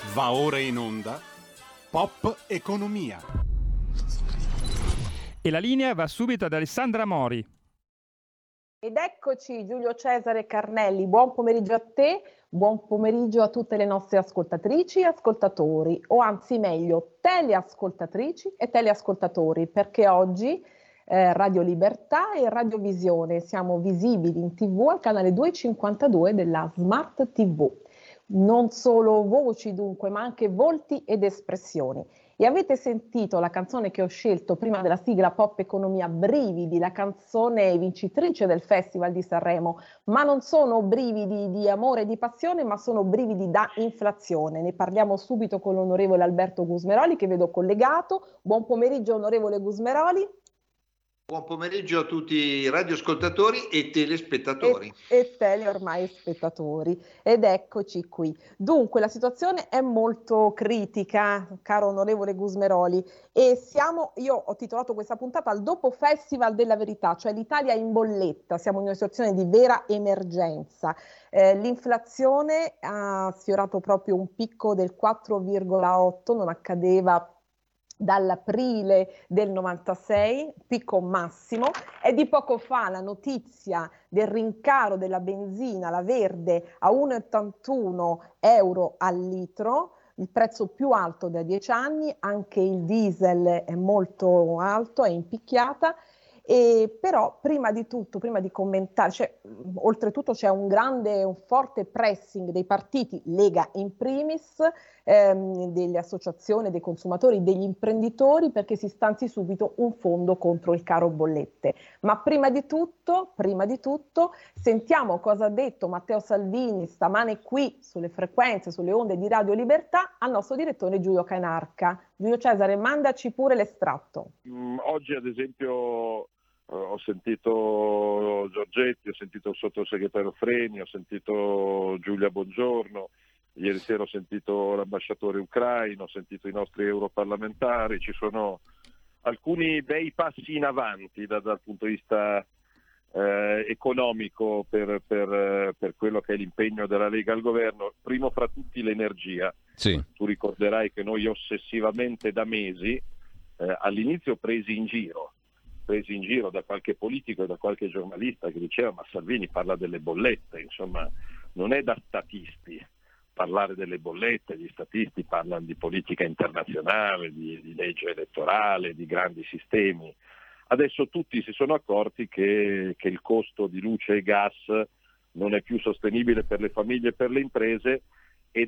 Va ora in onda Pop Economia. E la linea va subito ad Alessandra Mori. Ed eccoci Giulio Cesare Carnelli, buon pomeriggio a te, buon pomeriggio a tutte le nostre ascoltatrici e ascoltatori, o anzi meglio teleascoltatrici e teleascoltatori, perché oggi Radio Libertà e Radiovisione siamo visibili in TV al canale 252 della Smart TV. Non solo voci dunque, ma anche volti ed espressioni. E avete sentito la canzone che ho scelto prima della sigla Pop Economia, Brividi, la canzone vincitrice del Festival di Sanremo, ma non sono brividi di amore e di passione, ma sono brividi da inflazione. Ne parliamo subito con l'onorevole Alberto Gusmeroli, che vedo collegato. Buon pomeriggio onorevole Gusmeroli. Buon pomeriggio a tutti i radioascoltatori e telespettatori. E tele ormai spettatori. Ed eccoci qui. Dunque la situazione è molto critica, caro onorevole Gusmeroli, e io ho titolato questa puntata al dopo Festival della Verità, cioè l'Italia in bolletta, siamo in una situazione di vera emergenza. L'inflazione ha sfiorato proprio un picco del 4,8, non accadeva dall'aprile del 96, picco massimo. È di poco fa la notizia del rincaro della benzina, la verde, a 1,81 euro al litro, il prezzo più alto da 10 anni, anche il diesel è molto alto, è in picchiata. E però prima di tutto, prima di commentare, oltretutto c'è un forte pressing dei partiti, Lega in primis, delle associazioni, dei consumatori, degli imprenditori, perché si stanzi subito un fondo contro il caro bollette. Ma prima di tutto, sentiamo cosa ha detto Matteo Salvini stamane qui sulle frequenze, sulle onde di Radio Libertà al nostro direttore Giulio Cainarca. Giulio Cesare, mandaci pure l'estratto. Oggi ad esempio ho sentito Giorgetti, ho sentito il sottosegretario Freni, ho sentito Giulia Bongiorno, ieri sera ho sentito l'ambasciatore ucraino, ho sentito i nostri europarlamentari. Ci sono alcuni bei passi in avanti dal punto di vista economico per quello che è l'impegno della Lega al governo. Primo fra tutti l'energia. Sì. Tu ricorderai che noi ossessivamente da mesi all'inizio presi in giro da qualche politico e da qualche giornalista che diceva: ma Salvini parla delle bollette, insomma non è da statisti parlare delle bollette, gli statisti parlano di politica internazionale, di legge elettorale, di grandi sistemi. Adesso tutti si sono accorti che il costo di luce e gas non è più sostenibile per le famiglie e per le imprese, e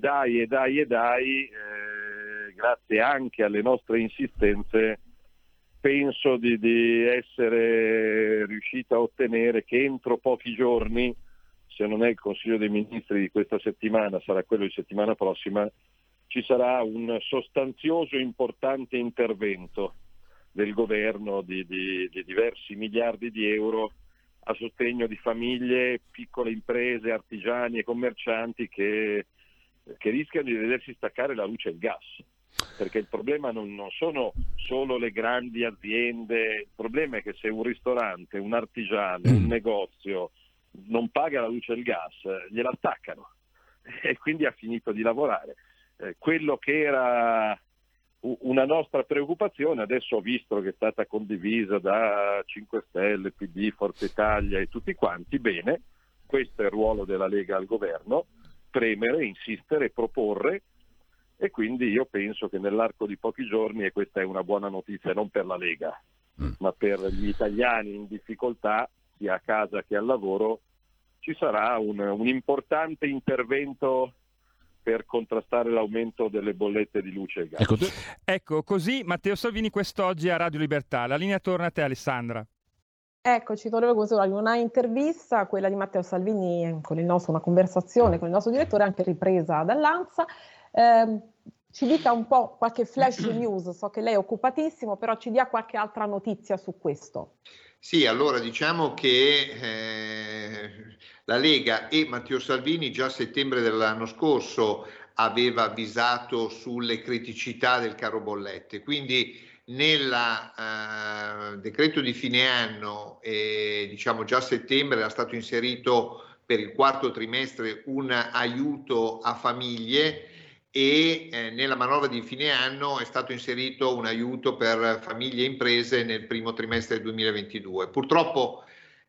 grazie anche alle nostre insistenze penso di essere riuscito a ottenere che entro pochi giorni, se non è il Consiglio dei Ministri di questa settimana, sarà quello di settimana prossima, ci sarà un sostanzioso e importante intervento del governo di diversi miliardi di euro a sostegno di famiglie, piccole imprese, artigiani e commercianti che rischiano di vedersi staccare la luce e il gas. Perché il problema non sono solo le grandi aziende, il problema è che se un ristorante, un artigiano, un negozio non paga la luce e il gas, gliela attaccano e quindi ha finito di lavorare. Quello che era una nostra preoccupazione, adesso ho visto che è stata condivisa da 5 Stelle, PD, Forza Italia e tutti quanti. Bene, questo è il ruolo della Lega al governo: premere, insistere, proporre. E quindi io penso che nell'arco di pochi giorni, e questa è una buona notizia non per la Lega, ma per gli italiani in difficoltà, sia a casa che al lavoro, ci sarà un importante intervento per contrastare l'aumento delle bollette di luce e gas. Ecco, così Matteo Salvini quest'oggi a Radio Libertà. La linea torna a te, Alessandra. Eccoci, tornerò con una intervista, quella di Matteo Salvini una conversazione con il nostro direttore, anche ripresa dall'ANSA. Ci dica un po' qualche flash news, so che lei è occupatissimo, però ci dia qualche altra notizia su questo. Sì, allora diciamo che la Lega e Matteo Salvini già a settembre dell'anno scorso aveva avvisato sulle criticità del caro bollette, quindi nel decreto di fine anno, diciamo già a settembre, era stato inserito per il quarto trimestre un aiuto a famiglie e nella manovra di fine anno è stato inserito un aiuto per famiglie e imprese nel primo trimestre del 2022. Purtroppo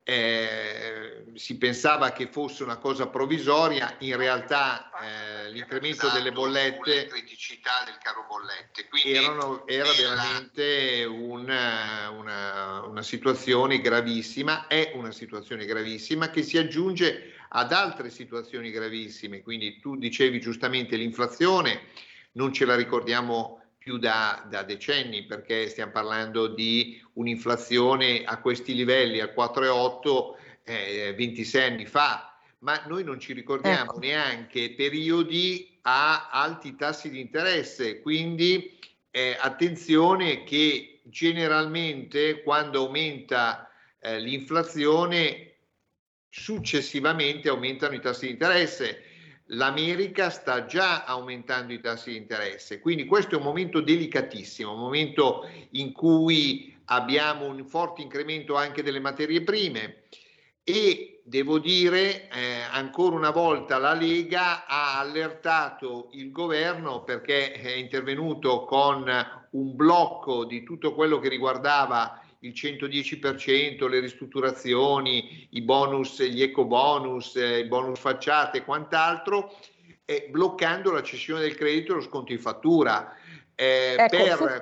si pensava che fosse una cosa provvisoria, in realtà l'incremento delle bollette, criticità del caro bollette, quindi era veramente una situazione gravissima, è una situazione gravissima che si aggiunge ad altre situazioni gravissime. Quindi tu dicevi giustamente l'inflazione, non ce la ricordiamo più da decenni, perché stiamo parlando di un'inflazione a questi livelli, al 4,8, 26 anni fa, ma noi non ci ricordiamo neanche periodi a alti tassi di interesse. Quindi attenzione che generalmente quando aumenta l'inflazione, successivamente aumentano i tassi di interesse. L'America sta già aumentando i tassi di interesse, quindi questo è un momento delicatissimo, un momento in cui abbiamo un forte incremento anche delle materie prime e devo dire ancora una volta la Lega ha allertato il governo, perché è intervenuto con un blocco di tutto quello che riguardava il 110%, le ristrutturazioni, i bonus, gli eco bonus, i bonus facciate e quant'altro, bloccando la cessione del credito e lo sconto in fattura. Per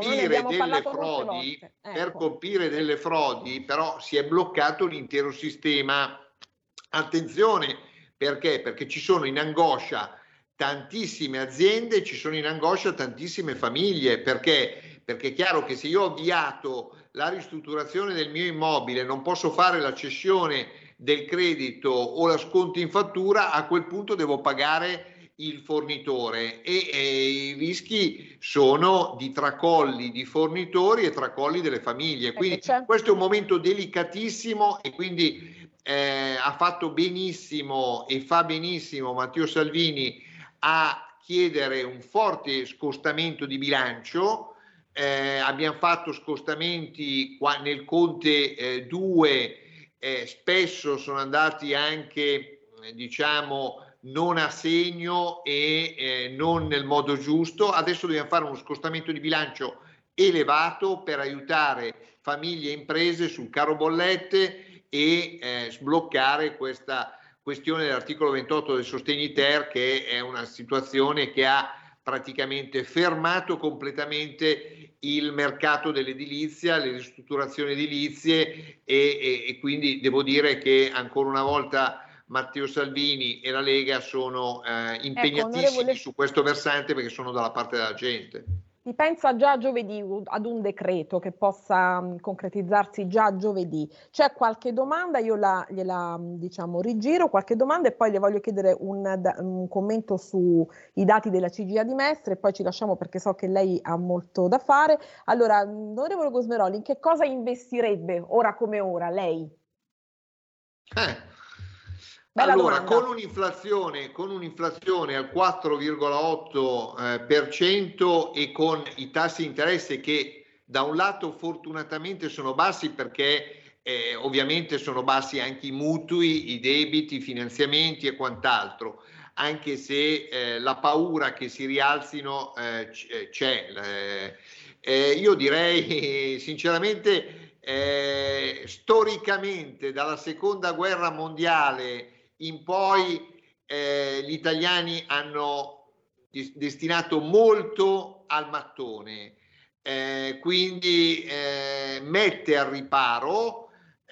colpire delle frodi, però si è bloccato l'intero sistema. Attenzione, perché? Perché ci sono in angoscia tantissime aziende, ci sono in angoscia tantissime famiglie. Perché? Perché è chiaro che se io ho avviato la ristrutturazione del mio immobile, non posso fare la cessione del credito o la sconto in fattura, a quel punto devo pagare il fornitore e i rischi sono di tracolli di fornitori e tracolli delle famiglie. Quindi questo è un momento delicatissimo e quindi ha fatto benissimo e fa benissimo Matteo Salvini a chiedere un forte scostamento di bilancio. Abbiamo fatto scostamenti qua nel Conte 2, spesso sono andati anche diciamo non a segno e non nel modo giusto. Adesso dobbiamo fare uno scostamento di bilancio elevato per aiutare famiglie e imprese sul caro bollette e sbloccare questa questione dell'articolo 28 del sostegni ter, che è una situazione che ha praticamente fermato completamente il mercato dell'edilizia, le ristrutturazioni edilizie e quindi devo dire che ancora una volta Matteo Salvini e la Lega sono impegnatissimi su questo versante, perché sono dalla parte della gente. Si pensa già giovedì ad un decreto che possa concretizzarsi già giovedì. C'è qualche domanda? Io gliela diciamo rigiro qualche domanda e poi le voglio chiedere un commento sui dati della CGIA di Mestre e poi ci lasciamo perché so che lei ha molto da fare. Allora, onorevole Gusmeroli, in che cosa investirebbe ora come ora lei? Allora, con un'inflazione al 4,8% e con i tassi di interesse che da un lato fortunatamente sono bassi, perché ovviamente sono bassi anche i mutui, i debiti, i finanziamenti e quant'altro, anche se la paura che si rialzino c'è. Io direi sinceramente, storicamente dalla seconda guerra mondiale in poi gli italiani hanno destinato molto al mattone, quindi mette al riparo.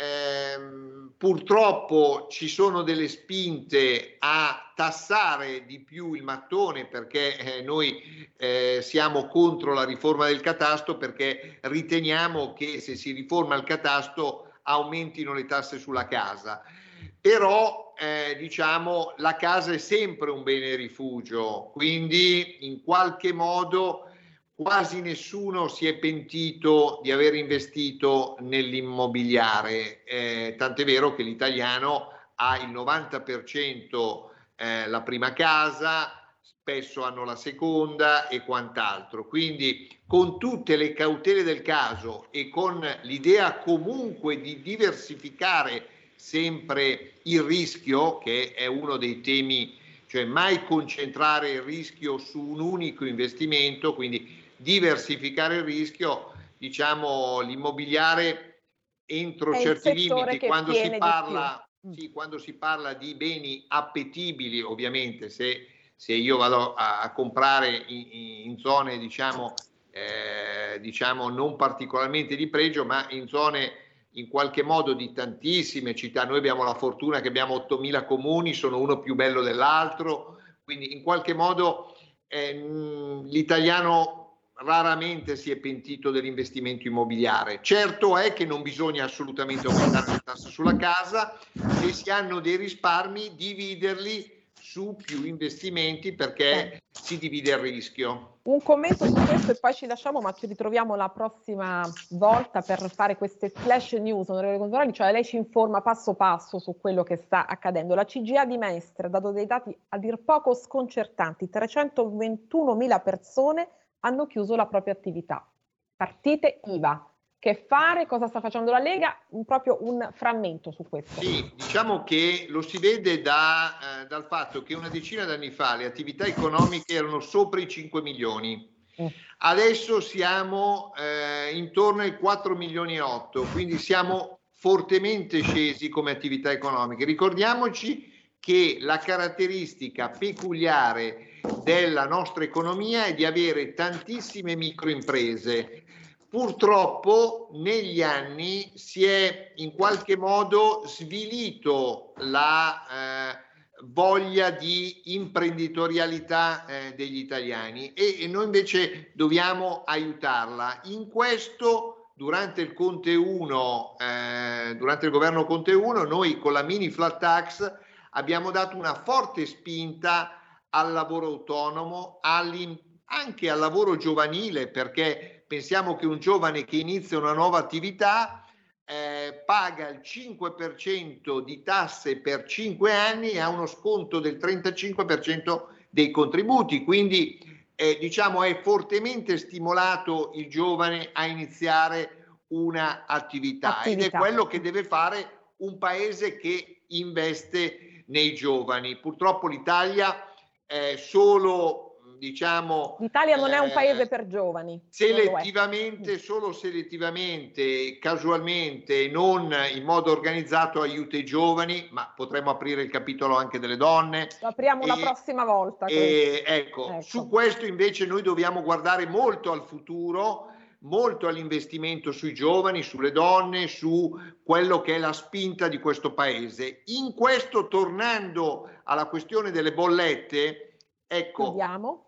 Purtroppo ci sono delle spinte a tassare di più il mattone, perché noi siamo contro la riforma del catasto, perché riteniamo che se si riforma il catasto aumentino le tasse sulla casa. Però diciamo la casa è sempre un bene rifugio, quindi in qualche modo quasi nessuno si è pentito di aver investito nell'immobiliare, tant'è vero che l'italiano ha il 90% la prima casa, spesso hanno la seconda e quant'altro. Quindi con tutte le cautele del caso e con l'idea comunque di diversificare sempre il rischio, che è uno dei temi cioè mai concentrare il rischio su un unico investimento, quindi diversificare il rischio. Diciamo, l'immobiliare entro certi limiti, quando si parla di beni appetibili, ovviamente se io vado a comprare in zone diciamo non particolarmente di pregio, ma in zone in qualche modo di tantissime città. Noi abbiamo la fortuna che abbiamo 8.000 comuni, sono uno più bello dell'altro, quindi in qualche modo l'italiano raramente si è pentito dell'investimento immobiliare. Certo è che non bisogna assolutamente aumentare la tassa sulla casa, se si hanno dei risparmi dividerli su più investimenti, perché si divide il rischio. Un commento su questo e poi ci lasciamo, ma ci ritroviamo la prossima volta per fare queste flash news, onorevole Gonzaloni, cioè lei ci informa passo passo su quello che sta accadendo. La CGIA di Mestre ha dato dei dati a dir poco sconcertanti: 321.000 persone hanno chiuso la propria attività. Partite IVA. Che fare? Cosa sta facendo la Lega? Proprio un frammento su questo. Sì, diciamo che lo si vede dal fatto che una decina d'anni fa le attività economiche erano sopra i 5 milioni. Adesso siamo intorno ai 4 milioni e 8, quindi siamo fortemente scesi come attività economiche. Ricordiamoci che la caratteristica peculiare della nostra economia è di avere tantissime microimprese. Purtroppo negli anni si è in qualche modo svilito la voglia di imprenditorialità degli italiani e noi invece dobbiamo aiutarla. In questo, durante il Conte 1, durante il governo Conte 1, noi con la mini flat tax abbiamo dato una forte spinta al lavoro autonomo, anche al lavoro giovanile, perché pensiamo che un giovane che inizia una nuova attività paga il 5% di tasse per 5 anni e ha uno sconto del 35% dei contributi, quindi diciamo è fortemente stimolato il giovane a iniziare una attività ed è quello che deve fare un paese che investe nei giovani. Purtroppo l'Italia è solo, diciamo, l'Italia non è un paese per giovani, selettivamente, solo selettivamente, casualmente, non in modo organizzato aiuta i giovani, ma potremmo aprire il capitolo anche delle donne. Lo apriamo la prossima volta. Ecco, su questo invece noi dobbiamo guardare molto al futuro, molto all'investimento sui giovani, sulle donne, su quello che è la spinta di questo paese. In questo, tornando alla questione delle bollette, ecco,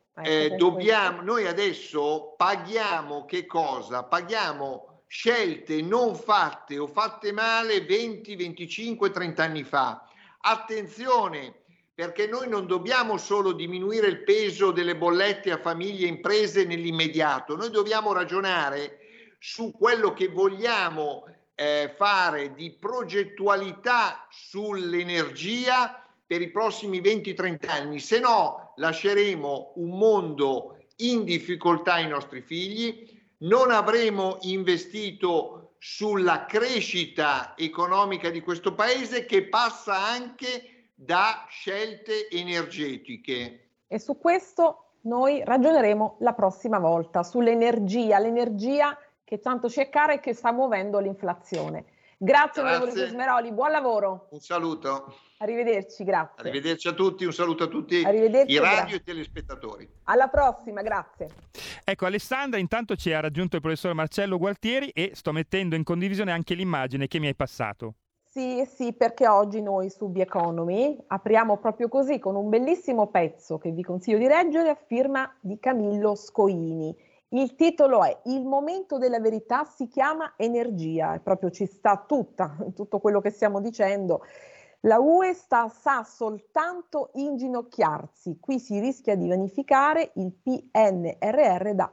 noi adesso paghiamo che cosa? Paghiamo scelte non fatte o fatte male 20, 25, 30 anni fa. Attenzione, perché noi non dobbiamo solo diminuire il peso delle bollette a famiglie e imprese nell'immediato, noi dobbiamo ragionare su quello che vogliamo fare di progettualità sull'energia per i prossimi 20-30 anni, se no lasceremo un mondo in difficoltà ai nostri figli, non avremo investito sulla crescita economica di questo paese, che passa anche da scelte energetiche. E su questo noi ragioneremo la prossima volta, sull'energia, l'energia che tanto ci è cara e che sta muovendo l'inflazione. Grazie onorevole Gusmeroli, buon lavoro. Un saluto. Arrivederci, grazie. Arrivederci a tutti, un saluto a tutti i radio e telespettatori. Alla prossima, grazie. Ecco, Alessandra, intanto ci ha raggiunto il professor Marcello Gualtieri e sto mettendo in condivisione anche l'immagine che mi hai passato. Sì, perché oggi noi su The Economy apriamo proprio così con un bellissimo pezzo che vi consiglio di leggere a firma di Camillo Scoini. Il titolo è "Il momento della verità si chiama energia", e proprio ci sta tutto quello che stiamo dicendo. La UE sa soltanto inginocchiarsi, qui si rischia di vanificare il PNRR da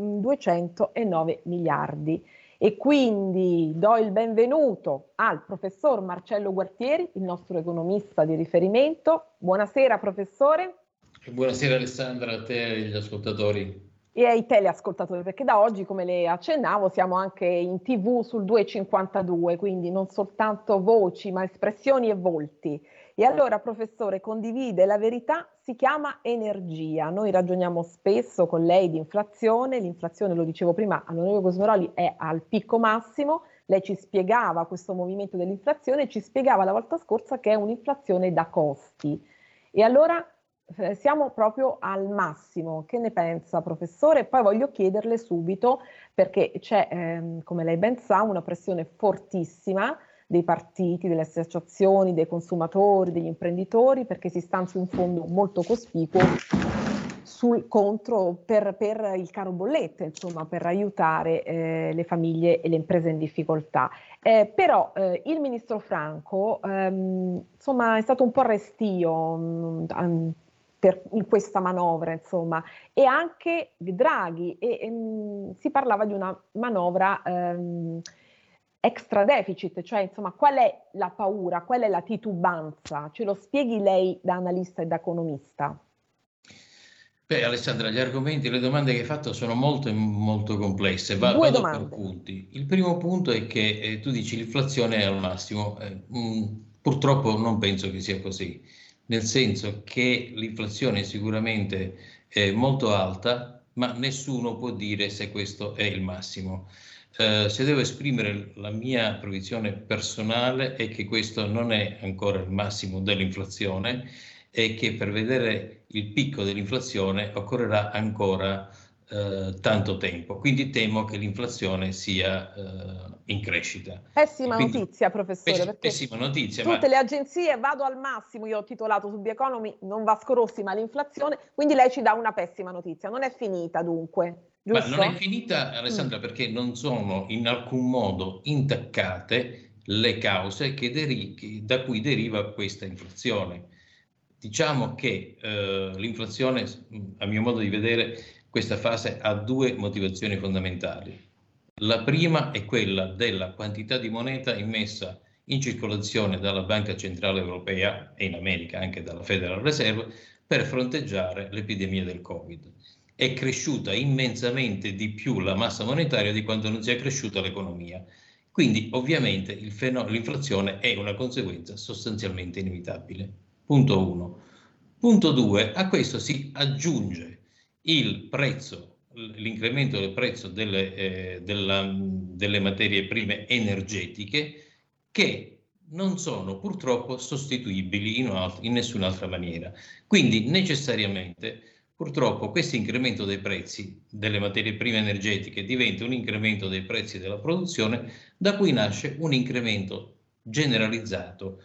209 miliardi. E quindi do il benvenuto al professor Marcello Gualtieri, il nostro economista di riferimento. Buonasera professore. Buonasera Alessandra, a te e agli ascoltatori. e ai teleascoltatori, perché da oggi, come le accennavo, siamo anche in TV sul 252, quindi non soltanto voci, ma espressioni e volti. E allora, professore, condivide la verità, si chiama energia. Noi ragioniamo spesso con lei di inflazione, l'inflazione, lo dicevo prima, all'onorevole Gusmeroli, è al picco massimo. Lei ci spiegava questo movimento dell'inflazione, ci spiegava la volta scorsa che è un'inflazione da costi. E allora siamo proprio al massimo. Che ne pensa, professore? Poi voglio chiederle subito, perché c'è, come lei ben sa, una pressione fortissima dei partiti, delle associazioni, dei consumatori, degli imprenditori, perché si stanzia un fondo molto cospicuo per il caro bollette, insomma, per aiutare le famiglie e le imprese in difficoltà. Però il ministro Franco, insomma, è stato un po' restio in questa manovra, insomma, e anche Draghi, si parlava di una manovra extra deficit, cioè insomma qual è la paura, qual è la titubanza? Ce lo spieghi lei da analista e da economista? Beh, Alessandra, gli argomenti, le domande che hai fatto sono molto, molto complesse. Vado per punti. Il primo punto è che tu dici l'inflazione è al massimo. Purtroppo non penso che sia così, nel senso che l'inflazione è sicuramente molto alta, ma nessuno può dire se questo è il massimo. Se devo esprimere la mia previsione personale è che questo non è ancora il massimo dell'inflazione e che per vedere il picco dell'inflazione occorrerà ancora tanto tempo. Quindi temo che l'inflazione sia in crescita. Pessima notizia, professore, perché pessima notizia, tutte le agenzie vado al massimo, io ho titolato su The Economy, non Vasco Rossi ma l'inflazione, quindi lei ci dà una pessima notizia, non è finita dunque. Giusto? Ma non è finita, Alessandra, perché non sono in alcun modo intaccate le cause da cui deriva questa inflazione. Diciamo che l'inflazione, a mio modo di vedere, questa fase ha due motivazioni fondamentali. La prima è quella della quantità di moneta immessa in circolazione dalla Banca Centrale Europea e in America anche dalla Federal Reserve per fronteggiare l'epidemia del Covid. È cresciuta immensamente di più la massa monetaria di quanto non sia cresciuta l'economia. Quindi ovviamente l'inflazione è una conseguenza sostanzialmente inevitabile. Punto 1. Punto 2. A questo si aggiunge l'incremento del prezzo delle materie prime energetiche che non sono purtroppo sostituibili in nessun'altra maniera. Quindi necessariamente purtroppo questo incremento dei prezzi delle materie prime energetiche diventa un incremento dei prezzi della produzione, da cui nasce un incremento generalizzato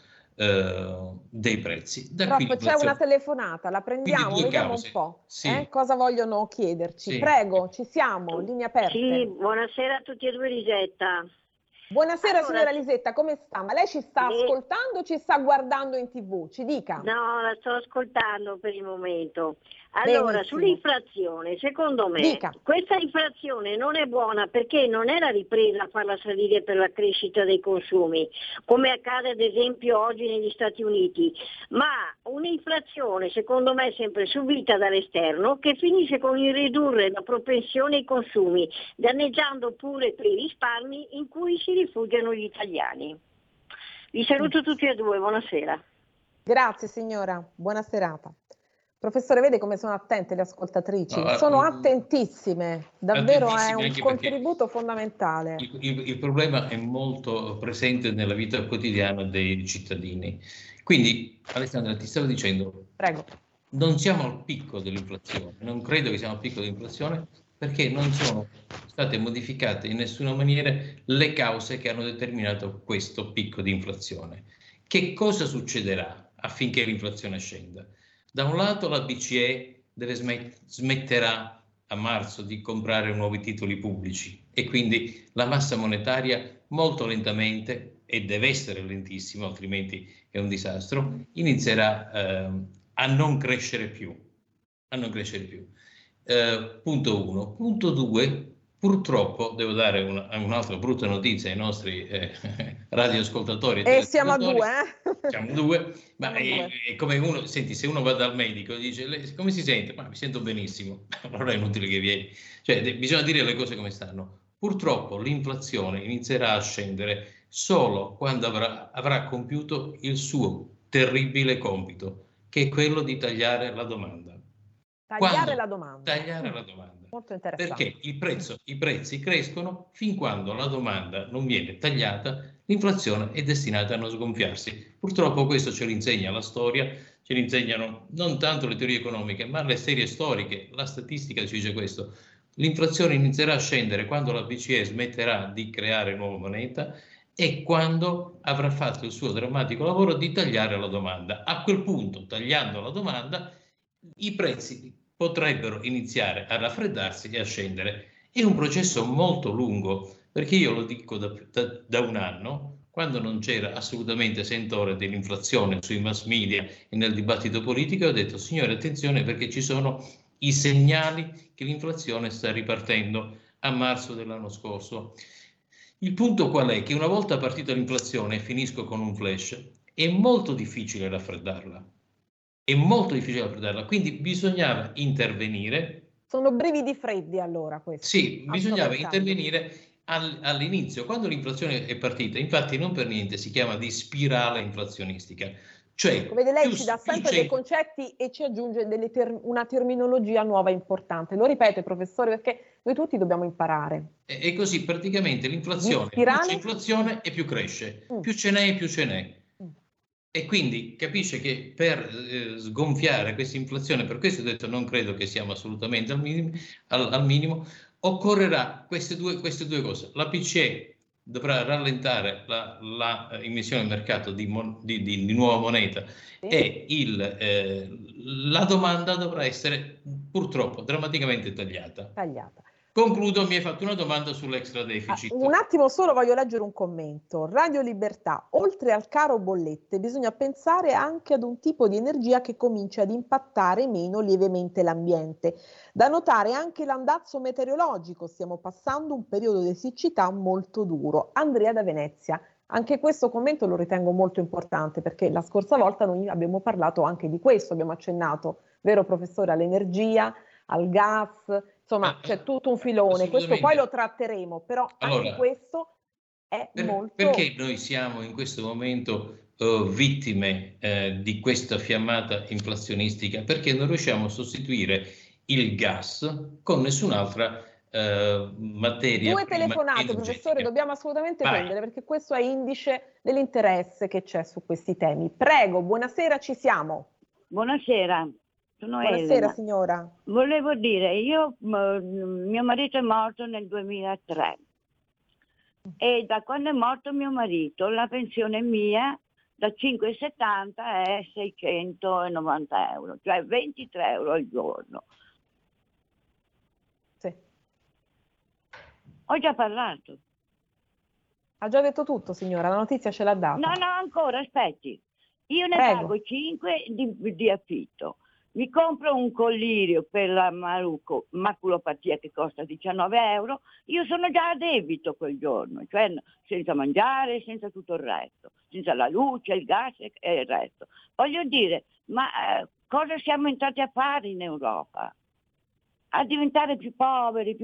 dei prezzi. Troppo, c'è una telefonata, la prendiamo, vediamo un po'. Sì. Cosa vogliono chiederci? Sì. Prego, ci siamo, linee aperte. Sì, buonasera a tutti e due, Lisetta. Buonasera signora Lisetta, come sta? Ma lei ci sta ascoltando o ci sta guardando in TV? Ci dica. No, la sto ascoltando per il momento. Allora, benissimo. Sull'inflazione, secondo me, questa inflazione non è buona perché non è la ripresa a farla salire per la crescita dei consumi, come accade ad esempio oggi negli Stati Uniti, ma un'inflazione, secondo me, sempre subita dall'esterno, che finisce con il ridurre la propensione ai consumi, danneggiando pure quei risparmi in cui si rifugiano gli italiani. Vi saluto tutti e due, buonasera. Grazie signora, buona serata. Professore, vede come sono attente le ascoltatrici? Sono attentissime, davvero è un contributo fondamentale. Il problema è molto presente nella vita quotidiana dei cittadini. Quindi, Alessandra, ti stavo dicendo, prego, non siamo al picco dell'inflazione, non credo che siamo al picco dell'inflazione perché non sono state modificate in nessuna maniera le cause che hanno determinato questo picco di inflazione. Che cosa succederà affinché l'inflazione scenda? Da un lato la BCE smetterà a marzo di comprare nuovi titoli pubblici e quindi la massa monetaria molto lentamente, e deve essere lentissima altrimenti è un disastro, inizierà a non crescere più. Punto 1. Punto 2, Purtroppo devo dare un'altra brutta notizia ai nostri radioascoltatori. Siamo a due, Siamo due, ma è come uno, senti, se uno va dal medico e dice come si sente? Ma mi sento benissimo, allora è inutile che vieni. Cioè, bisogna dire le cose come stanno. Purtroppo l'inflazione inizierà a scendere solo quando avrà compiuto il suo terribile compito, che è quello di tagliare la domanda. Tagliare la domanda. Molto interessante. Perché i prezzi crescono fin quando la domanda non viene tagliata, l'inflazione è destinata a non sgonfiarsi. Purtroppo questo ce lo insegna la storia, ce lo insegnano non tanto le teorie economiche, ma le serie storiche. La statistica ci dice questo. L'inflazione inizierà a scendere quando la BCE smetterà di creare nuova moneta e quando avrà fatto il suo drammatico lavoro di tagliare la domanda. A quel punto, tagliando la domanda, i prezzi potrebbero iniziare a raffreddarsi e a scendere. È un processo molto lungo, perché io lo dico da un anno, quando non c'era assolutamente sentore dell'inflazione sui mass media e nel dibattito politico, ho detto, signore, attenzione, perché ci sono i segnali che l'inflazione sta ripartendo a marzo dell'anno scorso. Il punto qual è? Che una volta partita l'inflazione, finisco con un flash, è molto difficile raffreddarla. Quindi bisognava intervenire. Sono brividi freddi allora questo. Sì, bisognava intervenire all'inizio, quando l'inflazione è partita. Infatti non per niente si chiama di spirale inflazionistica. Cioè, vede, lei ci dà sempre dei concetti e ci aggiunge una terminologia nuova importante. Lo ripete, professore, perché noi tutti dobbiamo imparare. E così praticamente l'inflazione, più c'è inflazione e più cresce, più ce n'è e più ce n'è. E quindi capisce che per sgonfiare questa inflazione, per questo ho detto non credo che siamo assolutamente al minimo, occorrerà queste due cose. La BCE dovrà rallentare la emissione al mercato di nuova moneta, sì, e la domanda dovrà essere purtroppo drammaticamente tagliata. Concludo, mi hai fatto una domanda sull'extra deficit. Un attimo solo, voglio leggere un commento. Radio Libertà, oltre al caro bollette bisogna pensare anche ad un tipo di energia che comincia ad impattare meno lievemente l'ambiente. Da notare anche l'andazzo meteorologico, stiamo passando un periodo di siccità molto duro. Andrea da Venezia. Anche questo commento lo ritengo molto importante, perché la scorsa volta noi abbiamo parlato anche di questo, abbiamo accennato, vero professore, all'energia, al gas. Insomma, c'è tutto un filone, questo poi lo tratteremo, però anche questo è molto... Perché noi siamo in questo momento vittime di questa fiammata inflazionistica? Perché non riusciamo a sostituire il gas con nessun'altra materia. Due telefonate, professore, dobbiamo assolutamente prendere, perché questo è indice dell'interesse che c'è su questi temi. Prego, buonasera, ci siamo. Buonasera. Buonasera Elena. Signora. Volevo dire, mio marito è morto nel 2003 e da quando è morto mio marito la pensione mia da 5,70 è 690 euro, cioè 23 euro al giorno. Sì. Ho già parlato. Ha già detto tutto, signora, la notizia ce l'ha data. No, ancora, aspetti. Io ne pago 5 di affitto. Mi compro un collirio per la maculopatia che costa 19 euro, io sono già a debito quel giorno, cioè senza mangiare, senza tutto il resto, senza la luce, il gas e il resto. Voglio dire, ma cosa siamo entrati a fare in Europa? A diventare più poveri.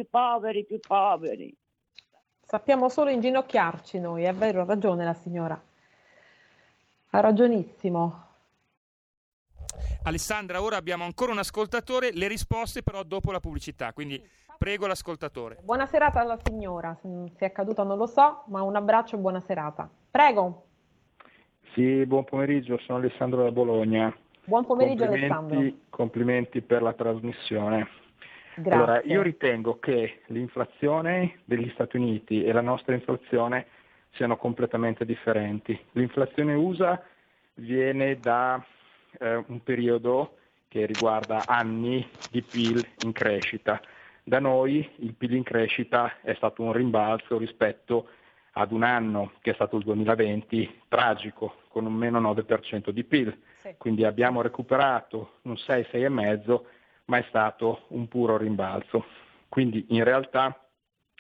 Sappiamo solo inginocchiarci noi, è vero, ha ragione la signora. Ha ragionissimo. Alessandra, ora abbiamo ancora un ascoltatore, le risposte però dopo la pubblicità, quindi prego l'ascoltatore. Buona serata alla signora, se è accaduta non lo so, ma un abbraccio e buona serata. Prego. Sì, buon pomeriggio, sono Alessandro da Bologna. Buon pomeriggio Alessandro. Complimenti per la trasmissione. Grazie. Allora, io ritengo che l'inflazione degli Stati Uniti e la nostra inflazione siano completamente differenti. L'inflazione USA viene da un periodo che riguarda anni di PIL in crescita. Da noi il PIL in crescita è stato un rimbalzo rispetto ad un anno che è stato il 2020 tragico, con un meno 9% di PIL. Sì. Quindi abbiamo recuperato un 6,5%, ma è stato un puro rimbalzo. Quindi in realtà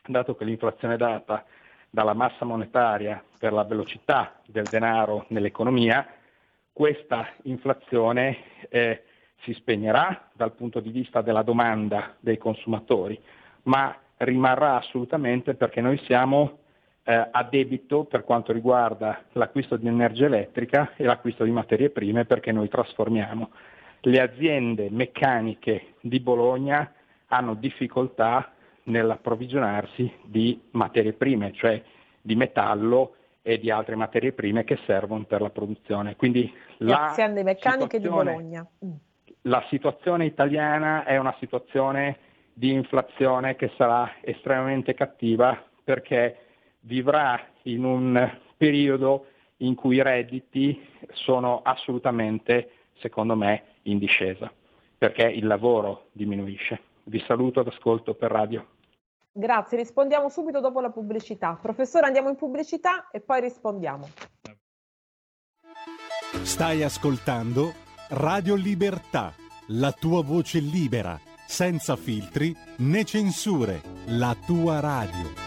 dato che l'inflazione è data dalla massa monetaria per la velocità del denaro nell'economia, questa inflazione si spegnerà dal punto di vista della domanda dei consumatori, ma rimarrà assolutamente, perché noi siamo a debito per quanto riguarda l'acquisto di energia elettrica e l'acquisto di materie prime, perché noi trasformiamo. Le aziende meccaniche di Bologna hanno difficoltà nell'approvvigionarsi di materie prime, cioè di metallo e di altre materie prime che servono per la produzione. Quindi le aziende meccaniche di Bologna. La situazione italiana è una situazione di inflazione che sarà estremamente cattiva, perché vivrà in un periodo in cui i redditi sono assolutamente, secondo me, in discesa, perché il lavoro diminuisce. Vi saluto ad ascolto per radio. Grazie, rispondiamo subito dopo la pubblicità. Professore, andiamo in pubblicità e poi rispondiamo. Stai ascoltando Radio Libertà, la tua voce libera, senza filtri né censure, la tua radio.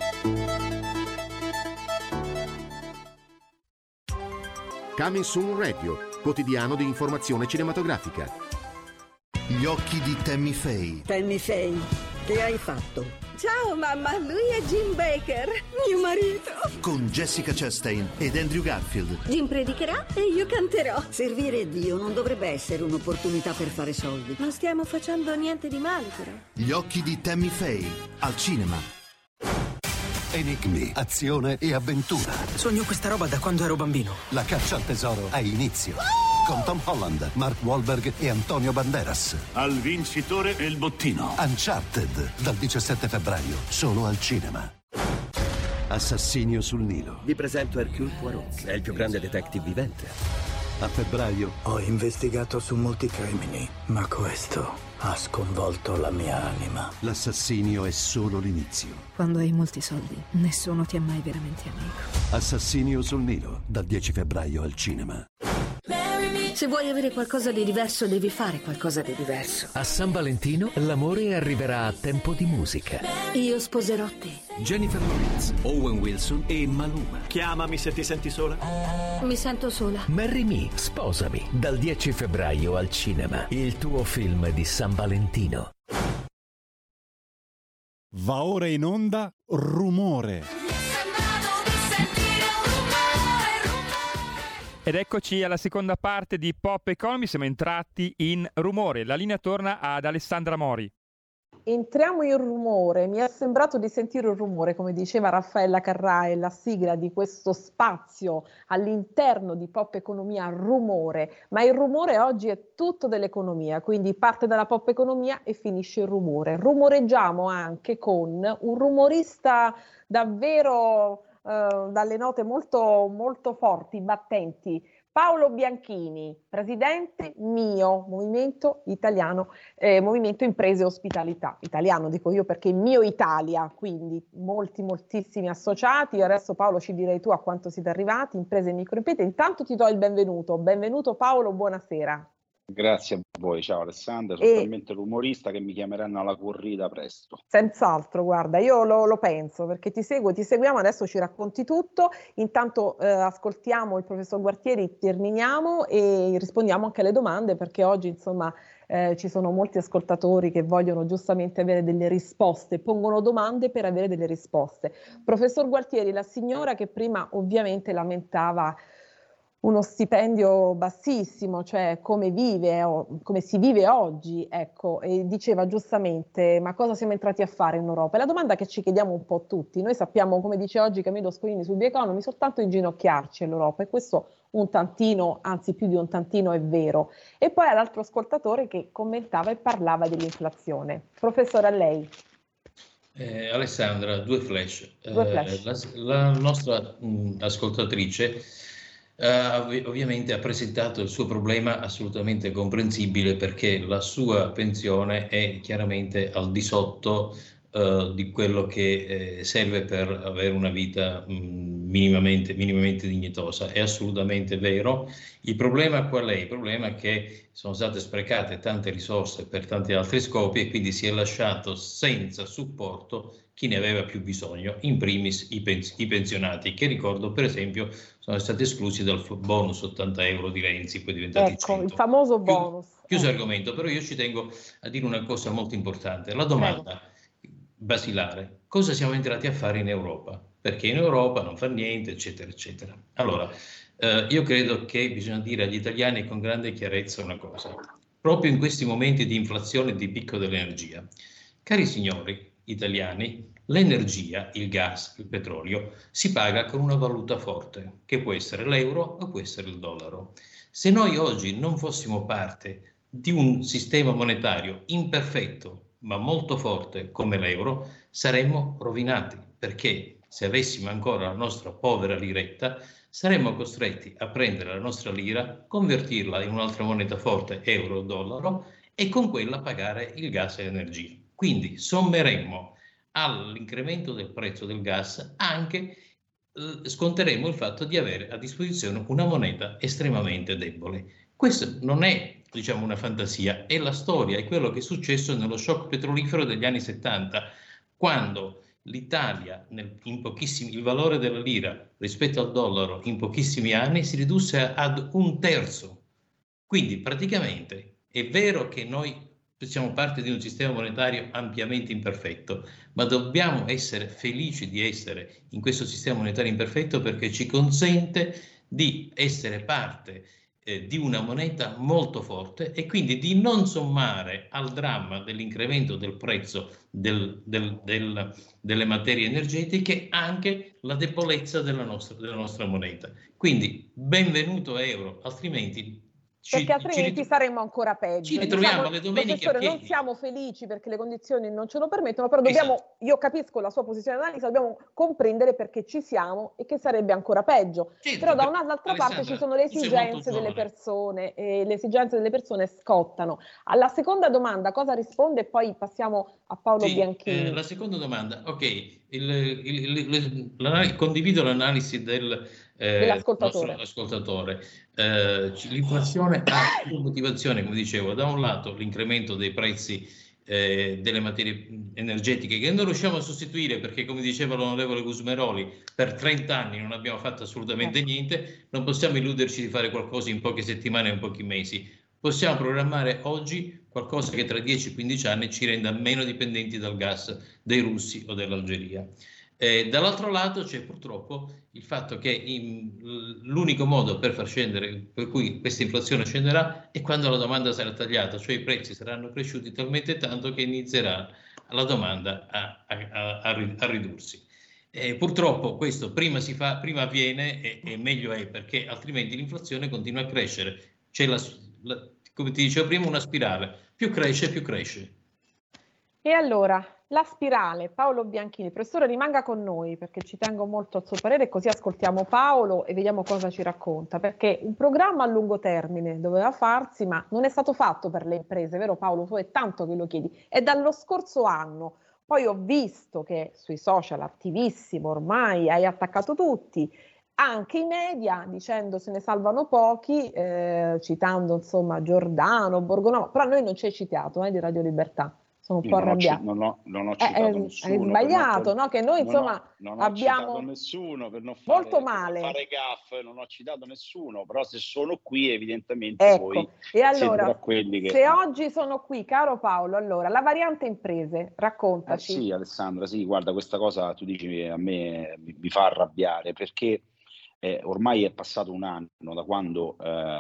Coming Soon Radio, quotidiano di informazione cinematografica. Gli occhi di Tammy Faye. Tammy Faye, che hai fatto? Ciao mamma, lui è Jim Baker, mio marito. Con Jessica Chastain ed Andrew Garfield. Jim predicherà e io canterò. Servire Dio non dovrebbe essere un'opportunità per fare soldi. Non stiamo facendo niente di male, però. Gli occhi di Tammy Faye, al cinema. Enigmi, azione e avventura. Sogno questa roba da quando ero bambino. La caccia al tesoro ha inizio. Con Tom Holland, Mark Wahlberg e Antonio Banderas. Al vincitore e il bottino. Uncharted, dal 17 febbraio, solo al cinema. Assassinio sul Nilo. Vi presento Hercule Poirot, è il più grande detective vivente. A febbraio. Ho investigato su molti crimini, ma questo ha sconvolto la mia anima. L'assassinio è solo l'inizio. Quando hai molti soldi, nessuno ti è mai veramente amico. Assassinio sul Nilo, dal 10 febbraio al cinema. Se vuoi avere qualcosa di diverso, devi fare qualcosa di diverso. A San Valentino l'amore arriverà a tempo di musica. Io sposerò te. Jennifer Lawrence, Owen Wilson e Maluma. Chiamami se ti senti sola. Mi sento sola. Marry Me, sposami, dal 10 febbraio al cinema. Il tuo film di San Valentino. Va ora in onda Rumore. Ed eccoci alla seconda parte di Pop Economy, siamo entrati in Rumore. La linea torna ad Alessandra Mori. Entriamo in Rumore, mi è sembrato di sentire un rumore, come diceva Raffaella Carrà, è la sigla di questo spazio all'interno di Pop Economia, Rumore, ma il rumore oggi è tutto dell'economia, quindi parte dalla Pop Economia e finisce il rumore. Rumoreggiamo anche con un rumorista davvero dalle note molto, molto forti, battenti, Paolo Bianchini, presidente MIO, Movimento Italiano, Movimento Imprese e Ospitalità. Italiano dico io perché MIO Italia, quindi moltissimi associati. Adesso Paolo ci direi tu a quanto siete arrivati, imprese e microimprese. Intanto ti do il benvenuto. Benvenuto Paolo, buonasera. Grazie a voi, ciao Alessandra, sono talmente l'umorista che mi chiameranno alla corrida presto. Senz'altro, guarda, io lo penso perché ti seguiamo, adesso ci racconti tutto, intanto ascoltiamo il professor Gualtieri, terminiamo e rispondiamo anche alle domande perché oggi insomma ci sono molti ascoltatori che vogliono giustamente avere delle risposte, pongono domande per avere delle risposte. Professor Gualtieri, la signora che prima ovviamente lamentava uno stipendio bassissimo, cioè come si vive oggi, ecco, e diceva giustamente, ma cosa siamo entrati a fare in Europa? È la domanda che ci chiediamo un po' tutti. Noi sappiamo, come dice oggi Camillo Scolini su The Economy, soltanto inginocchiarci all'Europa, e questo un tantino, anzi più di un tantino è vero. E poi all'altro ascoltatore che commentava e parlava dell'inflazione. Professore, a lei. Alessandra, due flash. La nostra ascoltatrice ovviamente ha presentato il suo problema assolutamente comprensibile perché la sua pensione è chiaramente al di sotto di quello che serve per avere una vita minimamente dignitosa. È assolutamente vero. Il problema qual è? Il problema è che sono state sprecate tante risorse per tanti altri scopi e quindi si è lasciato senza supporto chi ne aveva più bisogno, in primis i pensionati, che ricordo per esempio sono stati esclusi dal bonus 80 euro di Renzi, poi diventati 100. Il famoso bonus. Chiuso argomento, però io ci tengo a dire una cosa molto importante. La domanda basilare: cosa siamo entrati a fare in Europa? Perché in Europa non fa niente, eccetera, eccetera. Allora, io credo che bisogna dire agli italiani con grande chiarezza una cosa, proprio in questi momenti di inflazione e di picco dell'energia. Cari signori italiani, l'energia, il gas, il petrolio, si paga con una valuta forte, che può essere l'euro o può essere il dollaro. Se noi oggi non fossimo parte di un sistema monetario imperfetto, ma molto forte come l'euro, saremmo rovinati, perché se avessimo ancora la nostra povera liretta, saremmo costretti a prendere la nostra lira, convertirla in un'altra moneta forte, euro o dollaro, e con quella pagare il gas e l'energia. Quindi sommeremmo all'incremento del prezzo del gas anche sconteremo il fatto di avere a disposizione una moneta estremamente debole. Questo non è, diciamo, una fantasia, è la storia, è quello che è successo nello shock petrolifero degli anni 70, quando l'Italia, il valore della lira rispetto al dollaro in pochissimi anni si ridusse ad 1/3. Quindi praticamente è vero che noi siamo parte di un sistema monetario ampiamente imperfetto, ma dobbiamo essere felici di essere in questo sistema monetario imperfetto perché ci consente di essere parte di una moneta molto forte e quindi di non sommare al dramma dell'incremento del prezzo delle materie energetiche anche la debolezza della nostra moneta. Quindi benvenuto euro, altrimenti perché altrimenti saremmo ancora peggio. Ci ritroviamo le domeniche a piedi. Non siamo felici perché le condizioni non ce lo permettono, però dobbiamo, io capisco la sua posizione di analisi, dobbiamo comprendere perché ci siamo e che sarebbe ancora peggio. Però da un'altra parte ci sono le esigenze delle persone e le esigenze delle persone scottano. Alla seconda domanda cosa risponde e poi passiamo a Paolo Bianchini. La seconda domanda, ok, condivido l'analisi dell'ascoltatore. L'inflazione ha due motivazioni, come dicevo: da un lato l'incremento dei prezzi delle materie energetiche che non riusciamo a sostituire perché, come diceva l'onorevole Gusmeroli, per 30 anni non abbiamo fatto assolutamente niente. Non possiamo illuderci di fare qualcosa in poche settimane o in pochi mesi. Possiamo programmare oggi qualcosa che tra 10-15 anni ci renda meno dipendenti dal gas dei russi o dell'Algeria. Dall'altro lato c'è purtroppo il fatto che l'unico modo per far scendere, per cui questa inflazione scenderà, è quando la domanda sarà tagliata, cioè i prezzi saranno cresciuti talmente tanto che inizierà la domanda a ridursi. Purtroppo questo prima avviene e meglio è, perché altrimenti l'inflazione continua a crescere. C'è come ti dicevo prima, una spirale, più cresce più cresce. E allora, la spirale, Paolo Bianchini, professore, rimanga con noi perché ci tengo molto al suo parere, così ascoltiamo Paolo e vediamo cosa ci racconta, perché un programma a lungo termine doveva farsi, ma non è stato fatto per le imprese, vero Paolo? Tu è tanto che lo chiedi, è dallo scorso anno. Poi ho visto che sui social, attivissimo ormai, hai attaccato tutti, anche i media, dicendo se ne salvano pochi, citando insomma Giordano, Borgonovo, però noi non ci hai citato di Radio Libertà. Sono un po' arrabbiato. Non ho citato nessuno. È sbagliato, no? Che noi insomma abbiamo nessuno per non molto male. Fare gaffe, non ho citato nessuno, però se sono qui evidentemente voi e allora, siete tra quelli che... Se oggi sono qui, caro Paolo, allora la variante imprese, raccontaci. Sì, Alessandra, sì, guarda, questa cosa tu dici a me mi fa arrabbiare perché ormai è passato un anno da quando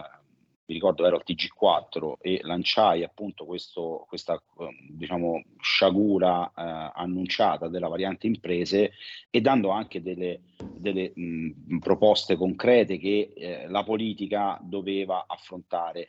mi ricordo ero al TG4 e lanciai appunto questa diciamo sciagura annunciata della variante imprese e dando anche delle proposte concrete che la politica doveva affrontare.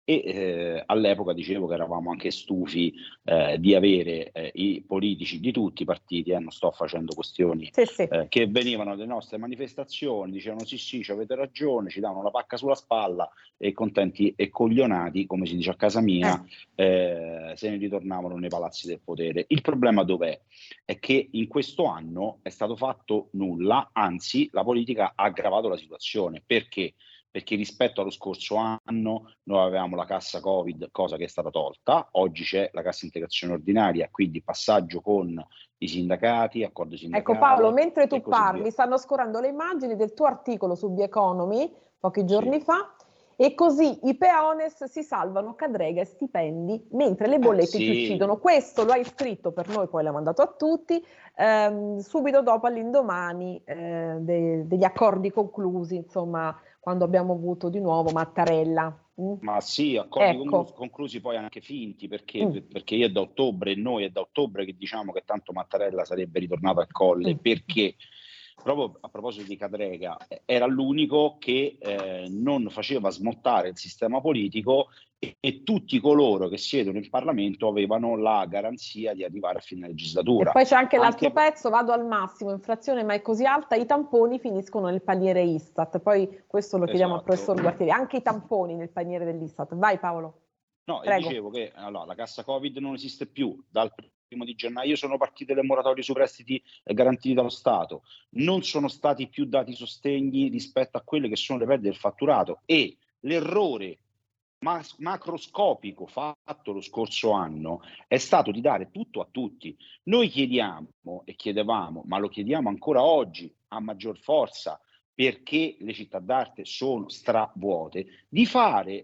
e all'epoca dicevo che eravamo anche stufi di avere i politici di tutti i partiti, non sto facendo questioni, che venivano alle nostre manifestazioni, dicevano sì, avete ragione, ci davano la pacca sulla spalla e contenti e coglionati, come si dice a casa mia, se ne ritornavano nei palazzi del potere. Il problema dov'è? È che in questo anno è stato fatto nulla, anzi la politica ha aggravato la situazione. Perché? Perché rispetto allo scorso anno noi avevamo la cassa Covid, cosa che è stata tolta, oggi c'è la cassa integrazione ordinaria, quindi passaggio con i sindacati, accordo sindacale. Ecco Paolo, mentre tu parli, stanno scorrendo le immagini del tuo articolo su The Economy pochi giorni fa, e così i peones si salvano cadrega e stipendi mentre le bollette ci uccidono. Questo lo hai scritto per noi, poi l'hai mandato a tutti, subito dopo, all'indomani degli accordi conclusi, insomma, quando abbiamo avuto di nuovo Mattarella. Ma sì, accordi conclusi poi anche finti, perché io è da ottobre, noi è da ottobre che diciamo che tanto Mattarella sarebbe ritornato al Colle, perché proprio a proposito di Cadrega era l'unico che non faceva smottare il sistema politico e tutti coloro che siedono in Parlamento avevano la garanzia di arrivare a fine legislatura. E poi c'è anche l'altro pezzo, vado al massimo, inflazione mai così alta, i tamponi finiscono nel paniere Istat, poi questo lo chiediamo al professor Gualtieri, anche i tamponi nel paniere dell'Istat. Vai Paolo. No, e dicevo che la cassa Covid non esiste più dal 1° di gennaio, sono partite le moratorie su prestiti garantiti dallo Stato, non sono stati più dati sostegni rispetto a quelle che sono le perdite del fatturato, e l'errore macroscopico fatto lo scorso anno è stato di dare tutto a tutti. Noi chiediamo e chiedevamo, ma lo chiediamo ancora oggi a maggior forza, perché le città d'arte sono stravuote, di fare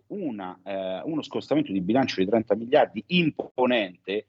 uno scostamento di bilancio di 30 miliardi imponente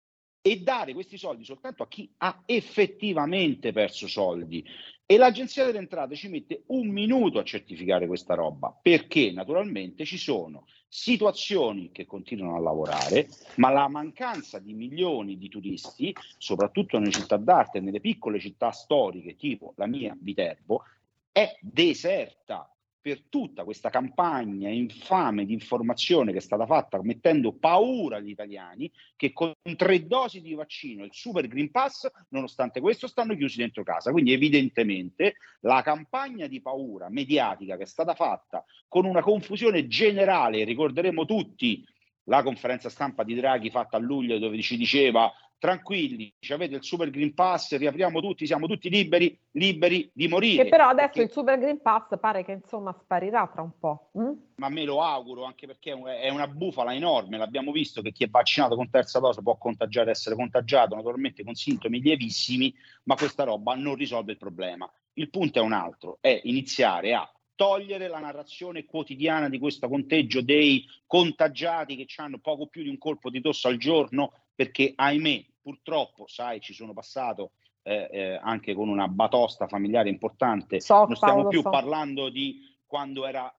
e dare questi soldi soltanto a chi ha effettivamente perso soldi. E l'Agenzia delle Entrate ci mette un minuto a certificare questa roba, perché naturalmente ci sono situazioni che continuano a lavorare, ma la mancanza di milioni di turisti, soprattutto nelle città d'arte e nelle piccole città storiche, tipo la mia Viterbo, è deserta per tutta questa campagna infame di informazione che è stata fatta mettendo paura agli italiani, che con 3 dosi di vaccino e il Super Green Pass, nonostante questo, stanno chiusi dentro casa. Quindi evidentemente la campagna di paura mediatica che è stata fatta con una confusione generale, ricorderemo tutti la conferenza stampa di Draghi fatta a luglio dove ci diceva tranquilli, avete il Super Green Pass, riapriamo tutti, siamo tutti liberi di morire. Che però adesso il Super Green Pass pare che insomma sparirà tra un po'. Ma me lo auguro, anche perché è una bufala enorme, l'abbiamo visto che chi è vaccinato con terza dose può contagiare, essere contagiato, naturalmente con sintomi lievissimi, ma questa roba non risolve il problema. Il punto è un altro, è iniziare a togliere la narrazione quotidiana di questo conteggio dei contagiati che hanno poco più di un colpo di tosse al giorno, perché ahimè purtroppo, sai, ci sono passato anche con una batosta familiare importante, non stiamo più parlando di quando era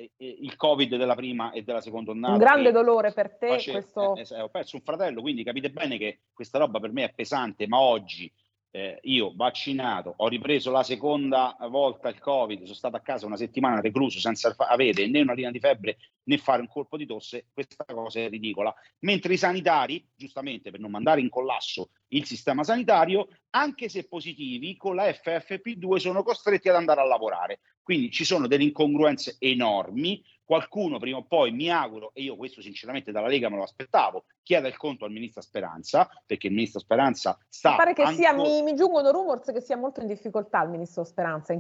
il Covid della prima e della seconda ondata. Un grande dolore per te. Ho perso un fratello, quindi capite bene che questa roba per me è pesante, ma oggi io vaccinato, ho ripreso la seconda volta il Covid, sono stato a casa una settimana recluso senza avere né una linea di febbre né fare un colpo di tosse, questa cosa è ridicola. Mentre i sanitari, giustamente per non mandare in collasso il sistema sanitario, anche se positivi, con la FFP2 sono costretti ad andare a lavorare. Quindi ci sono delle incongruenze enormi. Qualcuno prima o poi, mi auguro, e io questo sinceramente dalla Lega me lo aspettavo, chieda il conto al ministro Speranza, perché il ministro Speranza sta... Mi pare che mi giungono rumors che sia molto in difficoltà il ministro Speranza in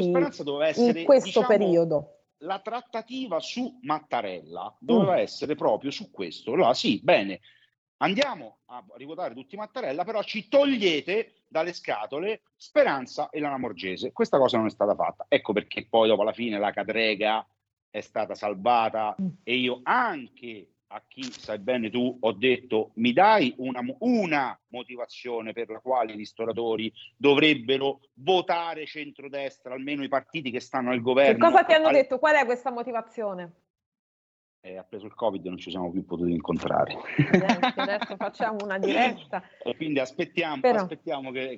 questo periodo. La trattativa su Mattarella doveva essere proprio su questo. Allora sì, bene, andiamo a rivotare tutti Mattarella, però ci togliete dalle scatole Speranza e la Lamorgese. Questa cosa non è stata fatta. Ecco perché poi dopo alla fine la Cadrega è stata salvata e io anche a chi, sai bene tu, ho detto mi dai una motivazione per la quale i ristoratori dovrebbero votare centrodestra, almeno i partiti che stanno al governo. Che cosa ti hanno detto? Qual è questa motivazione? Ha preso il Covid e non ci siamo più potuti incontrare. Adesso facciamo una diretta. E quindi aspettiamo che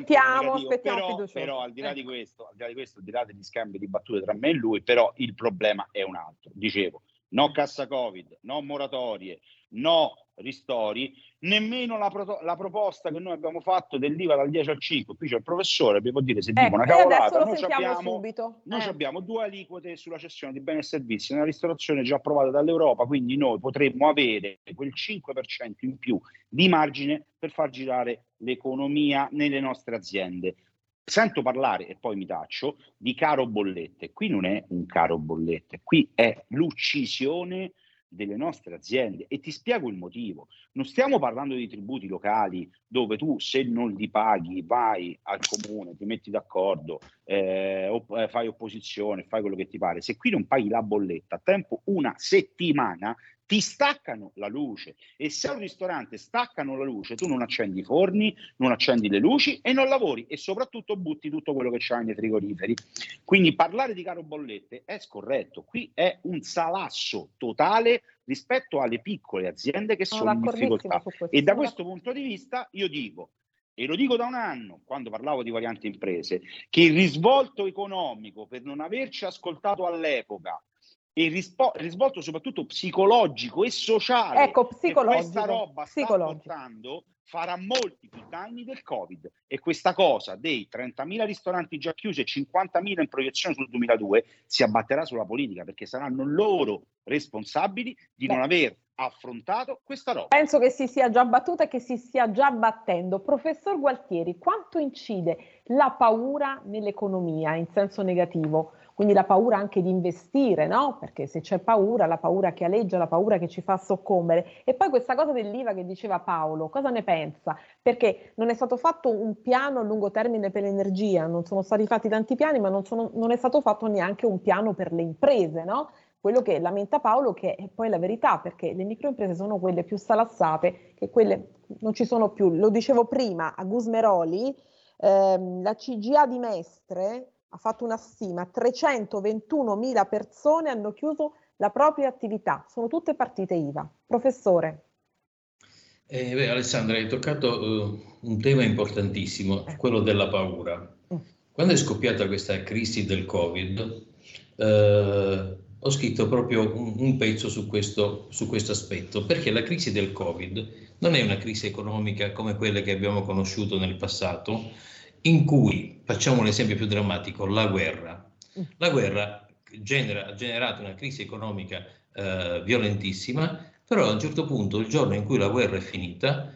però al di là di questo, al di là degli scambi di battute tra me e lui, però il problema è un altro. Dicevo, no cassa Covid, no moratorie, no ristori, nemmeno la proposta che noi abbiamo fatto dell'IVA dal 10 al 5. Qui c'è il professore, vi può dire se dico una cavolata. Noi abbiamo 2 aliquote sulla cessione di beni e servizi nella ristorazione già approvata dall'Europa, quindi noi potremmo avere quel 5% in più di margine per far girare l'economia nelle nostre aziende. Sento parlare, e poi mi taccio, di caro bollette. Qui non è un caro bollette, qui è l'uccisione delle nostre aziende, e ti spiego il motivo. Non stiamo parlando di tributi locali dove tu, se non li paghi, vai al comune, ti metti d'accordo, fai opposizione, fai quello che ti pare. Se qui non paghi la bolletta a tempo, una settimana ti staccano la luce, e se a un ristorante staccano la luce tu non accendi i forni, non accendi le luci e non lavori, e soprattutto butti tutto quello che c'hai nei frigoriferi. Quindi parlare di caro bollette è scorretto. Qui è un salasso totale rispetto alle piccole aziende che sono in difficoltà, e da questo punto di vista io dico, e lo dico da un anno quando parlavo di variante imprese, che il risvolto economico per non averci ascoltato all'epoca, e il risvolto soprattutto psicologico e sociale che questa roba sta portando, farà molti più danni del Covid. E questa cosa dei 30.000 ristoranti già chiusi e 50.000 in proiezione sul 2002 si abbatterà sulla politica, perché saranno loro responsabili di non aver affrontato questa roba. Penso che si sia già battuta e che si stia già battendo. Professor Gualtieri, quanto incide la paura nell'economia in senso negativo? Quindi la paura anche di investire, no? Perché se c'è paura, la paura che aleggia, la paura che ci fa soccombere. E poi questa cosa dell'IVA che diceva Paolo, cosa ne pensa? Perché non è stato fatto un piano a lungo termine per l'energia, non sono stati fatti tanti piani, ma non è stato fatto neanche un piano per le imprese, no? Quello che lamenta Paolo, che è poi la verità, perché le microimprese sono quelle più salassate, che quelle non ci sono più. Lo dicevo prima a Gusmeroli, la CGA di Mestre ha fatto una stima, 321.000 persone hanno chiuso la propria attività, sono tutte partite IVA. Professore. Alessandra, hai toccato un tema importantissimo, quello della paura. Quando è scoppiata questa crisi del Covid, ho scritto proprio un pezzo su questo aspetto, perché la crisi del Covid non è una crisi economica come quelle che abbiamo conosciuto nel passato, in cui, facciamo un esempio più drammatico, la guerra. La guerra ha generato una crisi economica violentissima, però a un certo punto, il giorno in cui la guerra è finita,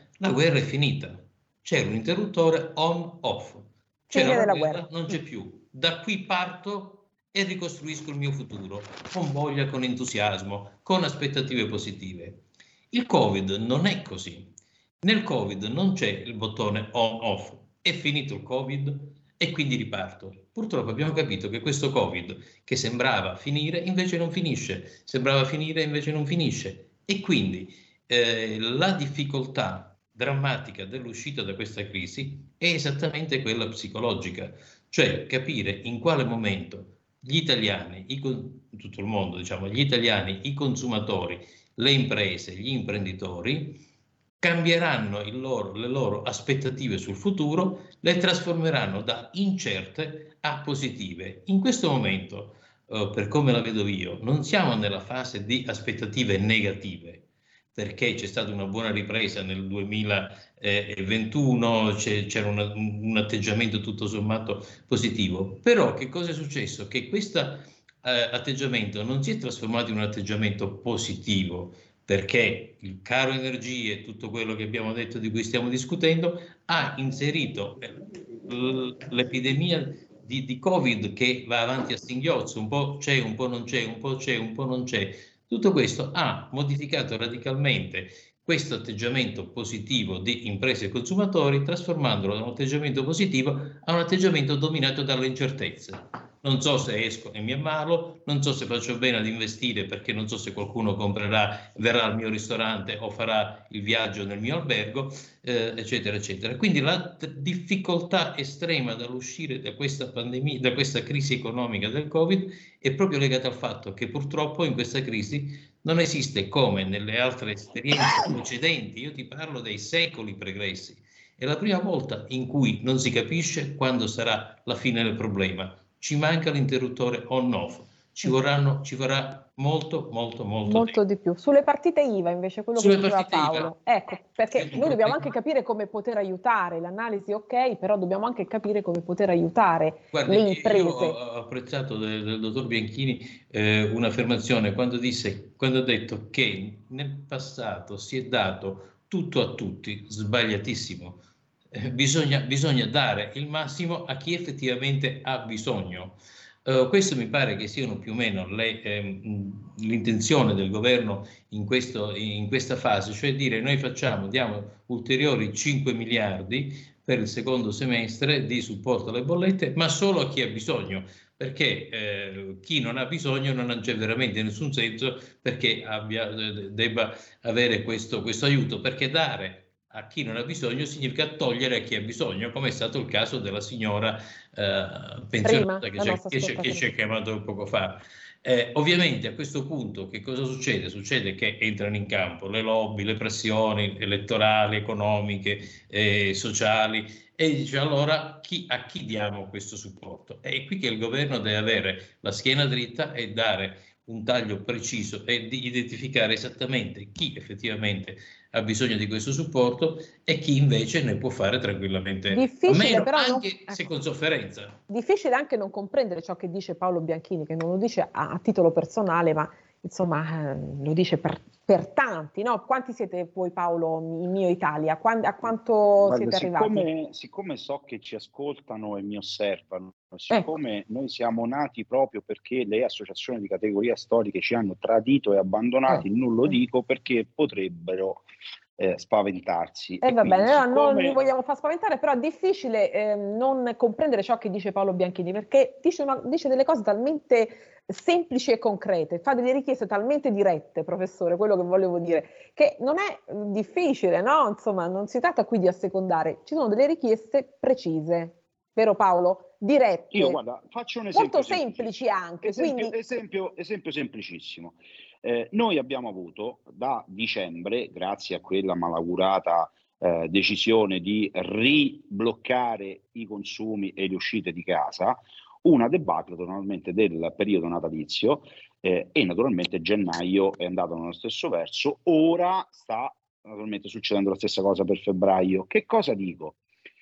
c'era un interruttore on-off. C'era la guerra, non c'è più. Da qui parto e ricostruisco il mio futuro, con voglia, con entusiasmo, con aspettative positive. Il Covid non è così. Nel Covid non c'è il bottone on-off. È finito il Covid e quindi riparto. Purtroppo abbiamo capito che questo Covid, che sembrava finire, invece non finisce, sembrava finire, invece non finisce. E quindi la difficoltà drammatica dell'uscita da questa crisi è esattamente quella psicologica, cioè capire in quale momento gli italiani, tutto il mondo, diciamo, gli italiani, i consumatori, le imprese, gli imprenditori, cambieranno le loro aspettative sul futuro, le trasformeranno da incerte a positive. In questo momento, per come la vedo io, non siamo nella fase di aspettative negative, perché c'è stata una buona ripresa nel 2021, c'era un atteggiamento tutto sommato positivo. Però che cosa è successo? Che questo atteggiamento non si è trasformato in un atteggiamento positivo, perché il caro energie e tutto quello che abbiamo detto, di cui stiamo discutendo, ha inserito l'epidemia di Covid che va avanti a singhiozzo, un po' c'è, un po' non c'è, un po' c'è, un po' non c'è. Tutto questo ha modificato radicalmente questo atteggiamento positivo di imprese e consumatori, trasformandolo da un atteggiamento positivo a un atteggiamento dominato dalle incertezze. Non so se esco e mi ammalo, non so se faccio bene ad investire perché non so se qualcuno verrà al mio ristorante o farà il viaggio nel mio albergo, eccetera, eccetera. Quindi la difficoltà estrema dall'uscire da questa pandemia, da questa crisi economica del Covid, è proprio legata al fatto che purtroppo in questa crisi non esiste, come nelle altre esperienze precedenti, io ti parlo dei secoli pregressi, è la prima volta in cui non si capisce quando sarà la fine del problema. Ci manca l'interruttore on-off, ci vorrà molto di più. Sulle partite IVA invece, quello che diceva Paolo, ecco, perché noi dobbiamo anche capire come poter aiutare, l'analisi ok, però dobbiamo anche capire come poter aiutare le imprese. Io ho apprezzato del dottor Bianchini un'affermazione quando ha detto che nel passato si è dato tutto a tutti, sbagliatissimo. Bisogna dare il massimo a chi effettivamente ha bisogno. Questo mi pare che siano più o meno l'intenzione del governo in questa fase, cioè dire noi diamo ulteriori 5 miliardi per il secondo semestre di supporto alle bollette, ma solo a chi ha bisogno, perché chi non ha bisogno non c'è veramente nessun senso perché debba avere questo aiuto, perché dare a chi non ha bisogno significa togliere a chi ha bisogno, come è stato il caso della signora pensionata che ci ha chiamato poco fa. Ovviamente a questo punto che cosa succede? Succede che entrano in campo le lobby, le pressioni elettorali, economiche, sociali, e dice allora a chi diamo questo supporto? È qui che il governo deve avere la schiena dritta e dare un taglio preciso e di identificare esattamente chi effettivamente ha bisogno di questo supporto e chi invece ne può fare tranquillamente meno, però anche se con sofferenza. Difficile anche non comprendere ciò che dice Paolo Bianchini, che non lo dice a titolo personale, ma insomma lo dice per tanti, no? Quanti siete voi, Paolo, in Mio Italia? A quanto siete arrivati? Siccome so che ci ascoltano e mi osservano, siccome noi siamo nati proprio perché le associazioni di categoria storiche ci hanno tradito e abbandonati, non lo dico perché potrebbero spaventarsi. Va bene, allora non li vogliamo far spaventare, però è difficile non comprendere ciò che dice Paolo Bianchini, perché dice delle cose talmente semplici e concrete, fa delle richieste talmente dirette, professore, quello che volevo dire, che non è difficile, no? Insomma, non si tratta qui di assecondare, ci sono delle richieste precise, vero Paolo? Dirette. Io guarda, faccio un esempio molto semplici anche. Esempio semplicissimo. Noi abbiamo avuto da dicembre, grazie a quella malaugurata decisione di ribloccare i consumi e le uscite di casa, una debacle naturalmente del periodo natalizio e naturalmente gennaio è andato nello stesso verso. Ora sta naturalmente succedendo la stessa cosa per febbraio. Che cosa dico?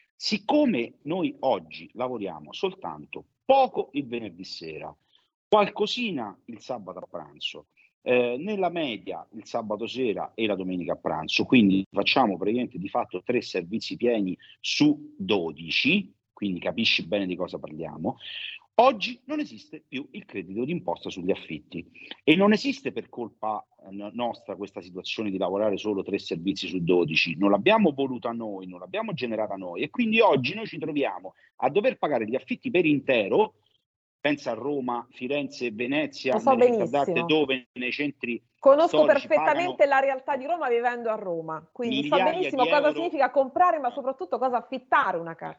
Siccome noi oggi lavoriamo soltanto poco il venerdì sera, qualcosina il sabato a pranzo, nella media il sabato sera e la domenica a pranzo, quindi facciamo praticamente di fatto 3 servizi pieni su 12, quindi capisci bene di cosa parliamo. Oggi non esiste più il credito d'imposta sugli affitti e non esiste per colpa nostra questa situazione di lavorare solo 3 servizi su 12, non l'abbiamo voluta noi, non l'abbiamo generata noi e quindi oggi noi ci troviamo a dover pagare gli affitti per intero. Pensa a Roma, Firenze, Venezia, nelle città d'arte dove nei centri conosco perfettamente la realtà di Roma vivendo a Roma, quindi so benissimo cosa significa comprare, ma soprattutto cosa affittare una casa.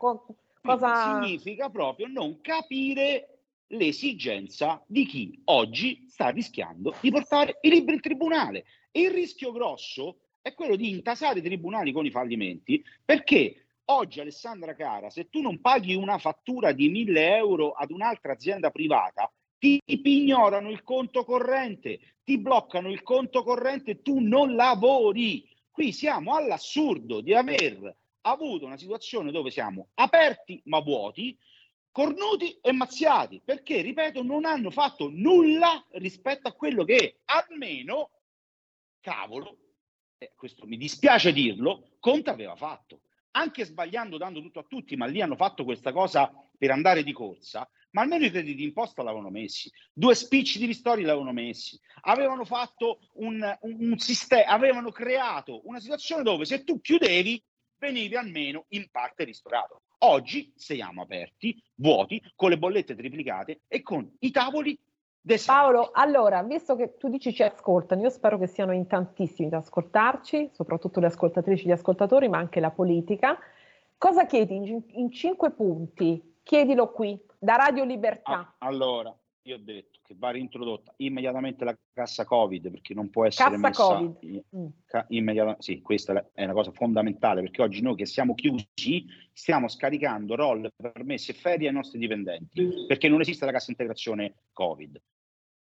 Significa proprio non capire l'esigenza di chi oggi sta rischiando di portare i libri in tribunale. E il rischio grosso è quello di intasare i tribunali con i fallimenti, perché oggi, Alessandra cara, se tu non paghi una fattura di 1.000 euro ad un'altra azienda privata, ti pignorano il conto corrente, ti bloccano il conto corrente e tu non lavori. Qui siamo all'assurdo di aver avuto una situazione dove siamo aperti ma vuoti, cornuti e mazziati, perché, ripeto, non hanno fatto nulla rispetto a quello che almeno, cavolo, questo mi dispiace dirlo, Conte aveva fatto. Anche sbagliando, dando tutto a tutti, ma lì hanno fatto questa cosa per andare di corsa, ma almeno i crediti d'imposta l'avevano messi, 2 spicci di ristori l'avevano messi, avevano fatto un sistema, avevano creato una situazione dove se tu chiudevi venivi almeno in parte ristorato. Oggi siamo aperti, vuoti, con le bollette triplicate e con i tavoli deserti. Paolo, allora, visto che tu dici ci ascoltano, io spero che siano in tantissimi ad ascoltarci, soprattutto le ascoltatrici e gli ascoltatori, ma anche la politica. Cosa chiedi in 5 punti? Chiedilo qui, da Radio Libertà. Allora, io ho detto che va reintrodotta immediatamente la cassa Covid, perché non può essere messa immediatamente. Sì, questa è una cosa fondamentale, perché oggi noi che siamo chiusi stiamo scaricando roll, permessi e ferie ai nostri dipendenti, perché non esiste la cassa integrazione Covid.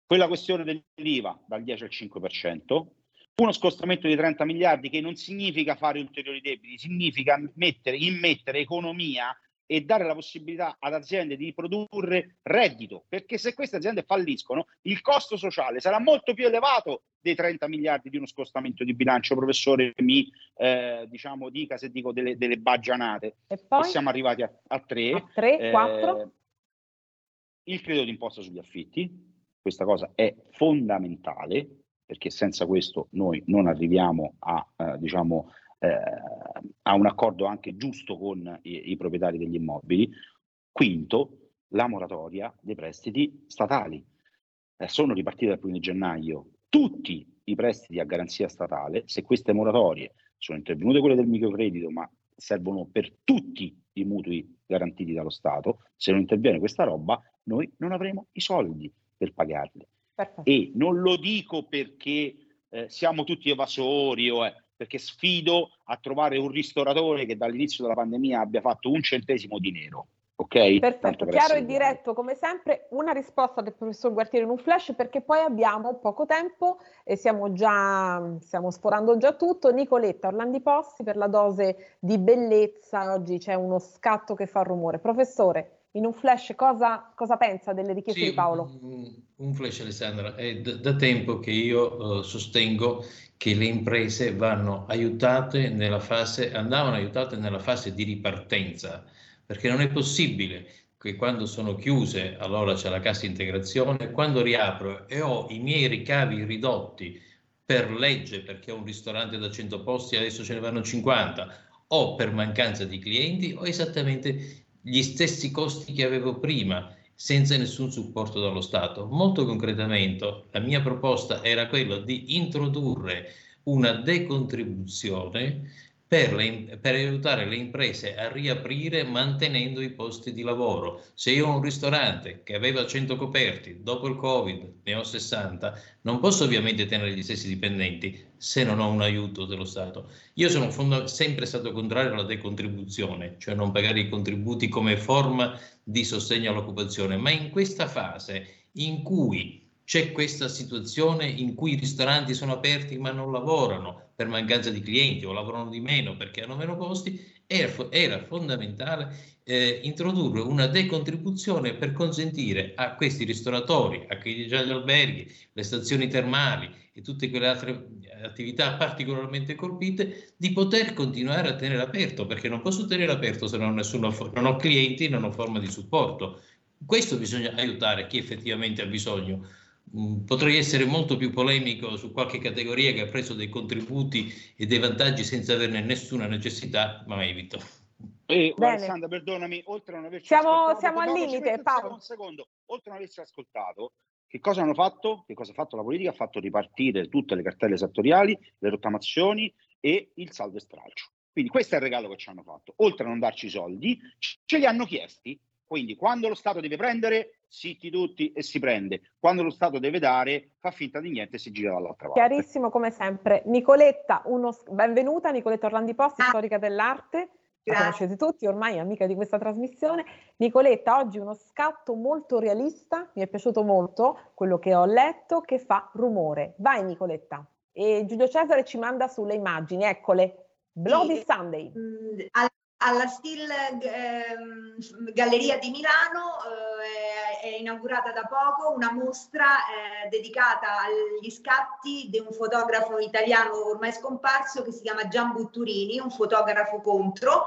quella questione dell'IVA dal 10 al 5%, uno scostamento di 30 miliardi che non significa fare ulteriori debiti, significa immettere economia e dare la possibilità ad aziende di produrre reddito, perché se queste aziende falliscono il costo sociale sarà molto più elevato dei 30 miliardi di uno scostamento di bilancio. Professore, mi dica se dico delle baggianate. E poi? E siamo arrivati a 3. A 3, 4. Il credito d'imposta sugli affitti, questa cosa è fondamentale, perché senza questo noi non arriviamo a un accordo anche giusto con i proprietari degli immobili. Quinto, la moratoria dei prestiti statali. Sono ripartiti dal 1 gennaio tutti i prestiti a garanzia statale. Se queste moratorie sono intervenute, quelle del microcredito, ma servono per tutti i mutui garantiti dallo Stato, se non interviene questa roba noi non avremo i soldi per pagarli. Perfetto. E non lo dico perché siamo tutti evasori perché sfido a trovare un ristoratore che dall'inizio della pandemia abbia fatto un centesimo di nero. Ok? Perfetto, chiaro e diretto come sempre. Una risposta del professor Gualtieri in un flash, perché poi abbiamo poco tempo e stiamo sforando già tutto. Nicoletta Orlandi Possi per la dose di bellezza. Oggi c'è uno scatto che fa rumore. Professore, in un flash cosa pensa delle richieste di Paolo? Un flash, Alessandra. È da tempo che io sostengo che le imprese andavano aiutate nella fase di ripartenza, perché non è possibile che quando sono chiuse allora c'è la cassa integrazione, quando riapro e ho i miei ricavi ridotti per legge, perché ho un ristorante da 100 posti adesso ce ne vanno 50, o per mancanza di clienti, ho esattamente gli stessi costi che avevo prima, senza nessun supporto dallo Stato. Molto concretamente la mia proposta era quella di introdurre una decontribuzione per aiutare le imprese a riaprire mantenendo i posti di lavoro. Se io ho un ristorante che aveva 100 coperti, dopo il Covid ne ho 60, non posso ovviamente tenere gli stessi dipendenti se non ho un aiuto dello Stato. Io sono sempre stato contrario alla decontribuzione, cioè non pagare i contributi come forma di sostegno all'occupazione, ma in questa fase in cui c'è questa situazione in cui i ristoranti sono aperti ma non lavorano per mancanza di clienti o lavorano di meno perché hanno meno costi, era fondamentale introdurre una decontribuzione per consentire a questi ristoratori, a chi già gli alberghi, le stazioni termali e tutte quelle altre attività particolarmente colpite di poter continuare a tenere aperto, perché non posso tenere aperto se non ho clienti, non ho forma di supporto. Questo bisogna aiutare chi effettivamente ha bisogno. Potrei essere molto più polemico su qualche categoria che ha preso dei contributi e dei vantaggi senza averne nessuna necessità, ma evito. Alessandra, perdonami, oltre a non averci siamo al limite, Paolo. Un secondo, oltre a non averci ascoltato, che cosa hanno fatto? Che cosa ha fatto la politica? Ha fatto ripartire tutte le cartelle esattoriali, le rottamazioni e il saldo e stralcio. Quindi questo è il regalo che ci hanno fatto. Oltre a non darci i soldi, ce li hanno chiesti. Quindi quando lo Stato deve prendere, zitti tutti e si prende. Quando lo Stato deve dare, fa finta di niente e si gira dall'altra parte. Chiarissimo come sempre. Nicoletta, benvenuta, Nicoletta Orlandi Possi, storica dell'arte. La conoscete tutti, ormai amica di questa trasmissione. Nicoletta, oggi uno scatto molto realista, mi è piaciuto molto quello che ho letto, che fa rumore. Vai Nicoletta. E Giulio Cesare ci manda sulle immagini, eccole. Bloody Sunday. Alla Still Galleria di Milano è inaugurata da poco una mostra dedicata agli scatti di un fotografo italiano ormai scomparso che si chiama Gian Butturini, un fotografo contro,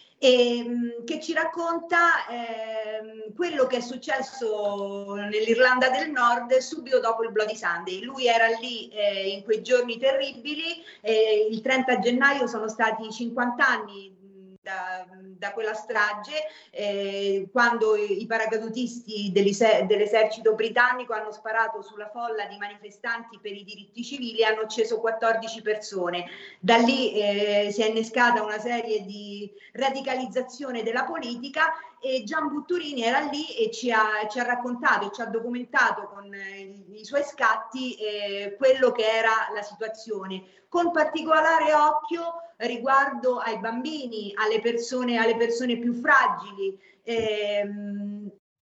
che ci racconta quello che è successo nell'Irlanda del Nord subito dopo il Bloody Sunday. Lui era lì in quei giorni terribili, il 30 gennaio sono stati 50 anni da quella strage, quando i paracadutisti dell'esercito britannico hanno sparato sulla folla di manifestanti per i diritti civili e hanno ucciso 14 persone. Da lì si è innescata una serie di radicalizzazione della politica e Gian Butturini era lì e ci ha raccontato e ci ha documentato con i suoi scatti quello che era la situazione, con particolare occhio riguardo ai bambini, alle persone più fragili.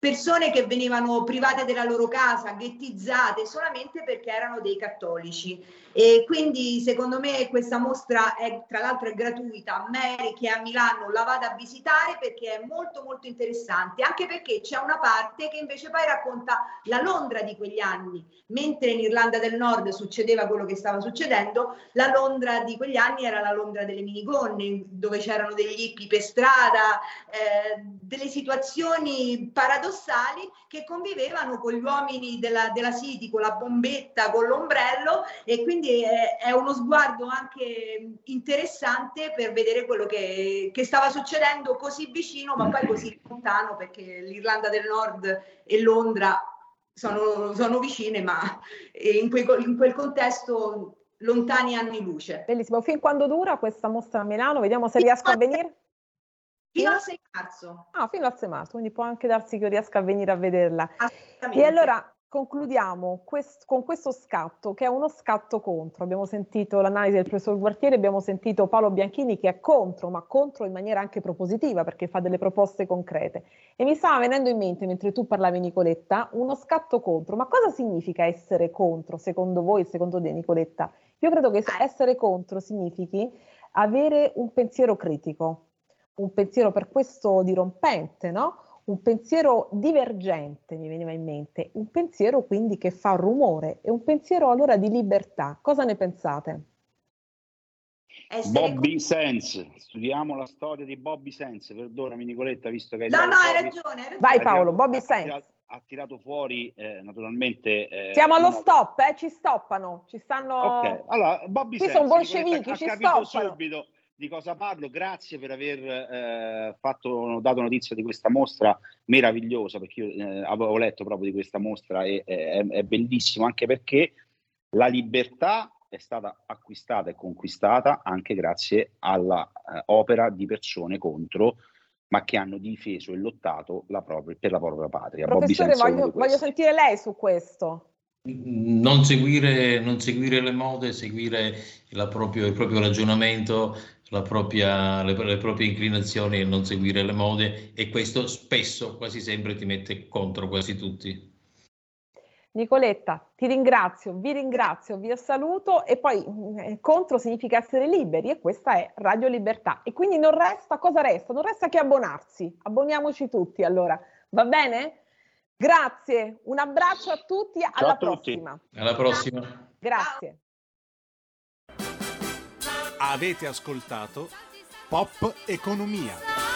persone che venivano private della loro casa, ghettizzate solamente perché erano dei cattolici. E quindi secondo me questa mostra è, tra l'altro è gratuita. Mary, che è a Milano, la vada a visitare perché è molto molto interessante, anche perché c'è una parte che invece poi racconta la Londra di quegli anni. Mentre in Irlanda del Nord succedeva quello che stava succedendo, la Londra di quegli anni era la Londra delle minigonne, dove c'erano degli hippie per strada, delle situazioni paradossali che convivevano con gli uomini della City, con la bombetta, con l'ombrello, e quindi è uno sguardo anche interessante per vedere quello che stava succedendo così vicino ma poi così lontano, perché l'Irlanda del Nord e Londra sono vicine, ma in quel contesto lontani anni luce. Bellissimo. Fin quando dura questa mostra a Milano? Vediamo se riesco a venire. Fino al 6 marzo. Ah, fino al 6 marzo, quindi può anche darsi che io riesca a venire a vederla. E allora concludiamo con questo scatto, che è uno scatto contro. Abbiamo sentito l'analisi del professor Gualtieri, abbiamo sentito Paolo Bianchini che è contro, ma contro in maniera anche propositiva, perché fa delle proposte concrete. E mi stava venendo in mente, mentre tu parlavi, Nicoletta, uno scatto contro. Ma cosa significa essere contro, secondo voi, secondo te, Nicoletta? Io credo che essere contro significhi avere un pensiero critico, un pensiero per questo dirompente, no? Un pensiero divergente, mi veniva in mente, un pensiero quindi che fa rumore, e un pensiero allora di libertà. Cosa ne pensate? Bobby Sands, studiamo la storia di Bobby Sands, perdonami Nicoletta, visto che... No, hai ragione. Vai Paolo, Bobby Sands. Ha tirato fuori naturalmente... Siamo allo stop, ci stoppano, ci stanno... Ok, allora Bobby Sands, sono bolscevichi, ci stoppano. Subito di cosa parlo, grazie per aver dato notizia di questa mostra meravigliosa, perché io avevo letto proprio di questa mostra e è bellissimo, anche perché la libertà è stata acquistata e conquistata anche grazie alla opera di persone contro, ma che hanno difeso e lottato per la propria patria. Professore, voglio sentire lei su questo. Non seguire le mode, seguire il proprio ragionamento, le proprie inclinazioni, e non seguire le mode, e questo spesso, quasi sempre, ti mette contro quasi tutti. Nicoletta, ti ringrazio, vi saluto, e poi contro significa essere liberi, e questa è Radio Libertà. E quindi non resta che abbonarsi. Abboniamoci tutti, allora. Va bene? Grazie, un abbraccio a tutti, alla prossima. Alla prossima. Grazie. Avete ascoltato Pop Economia.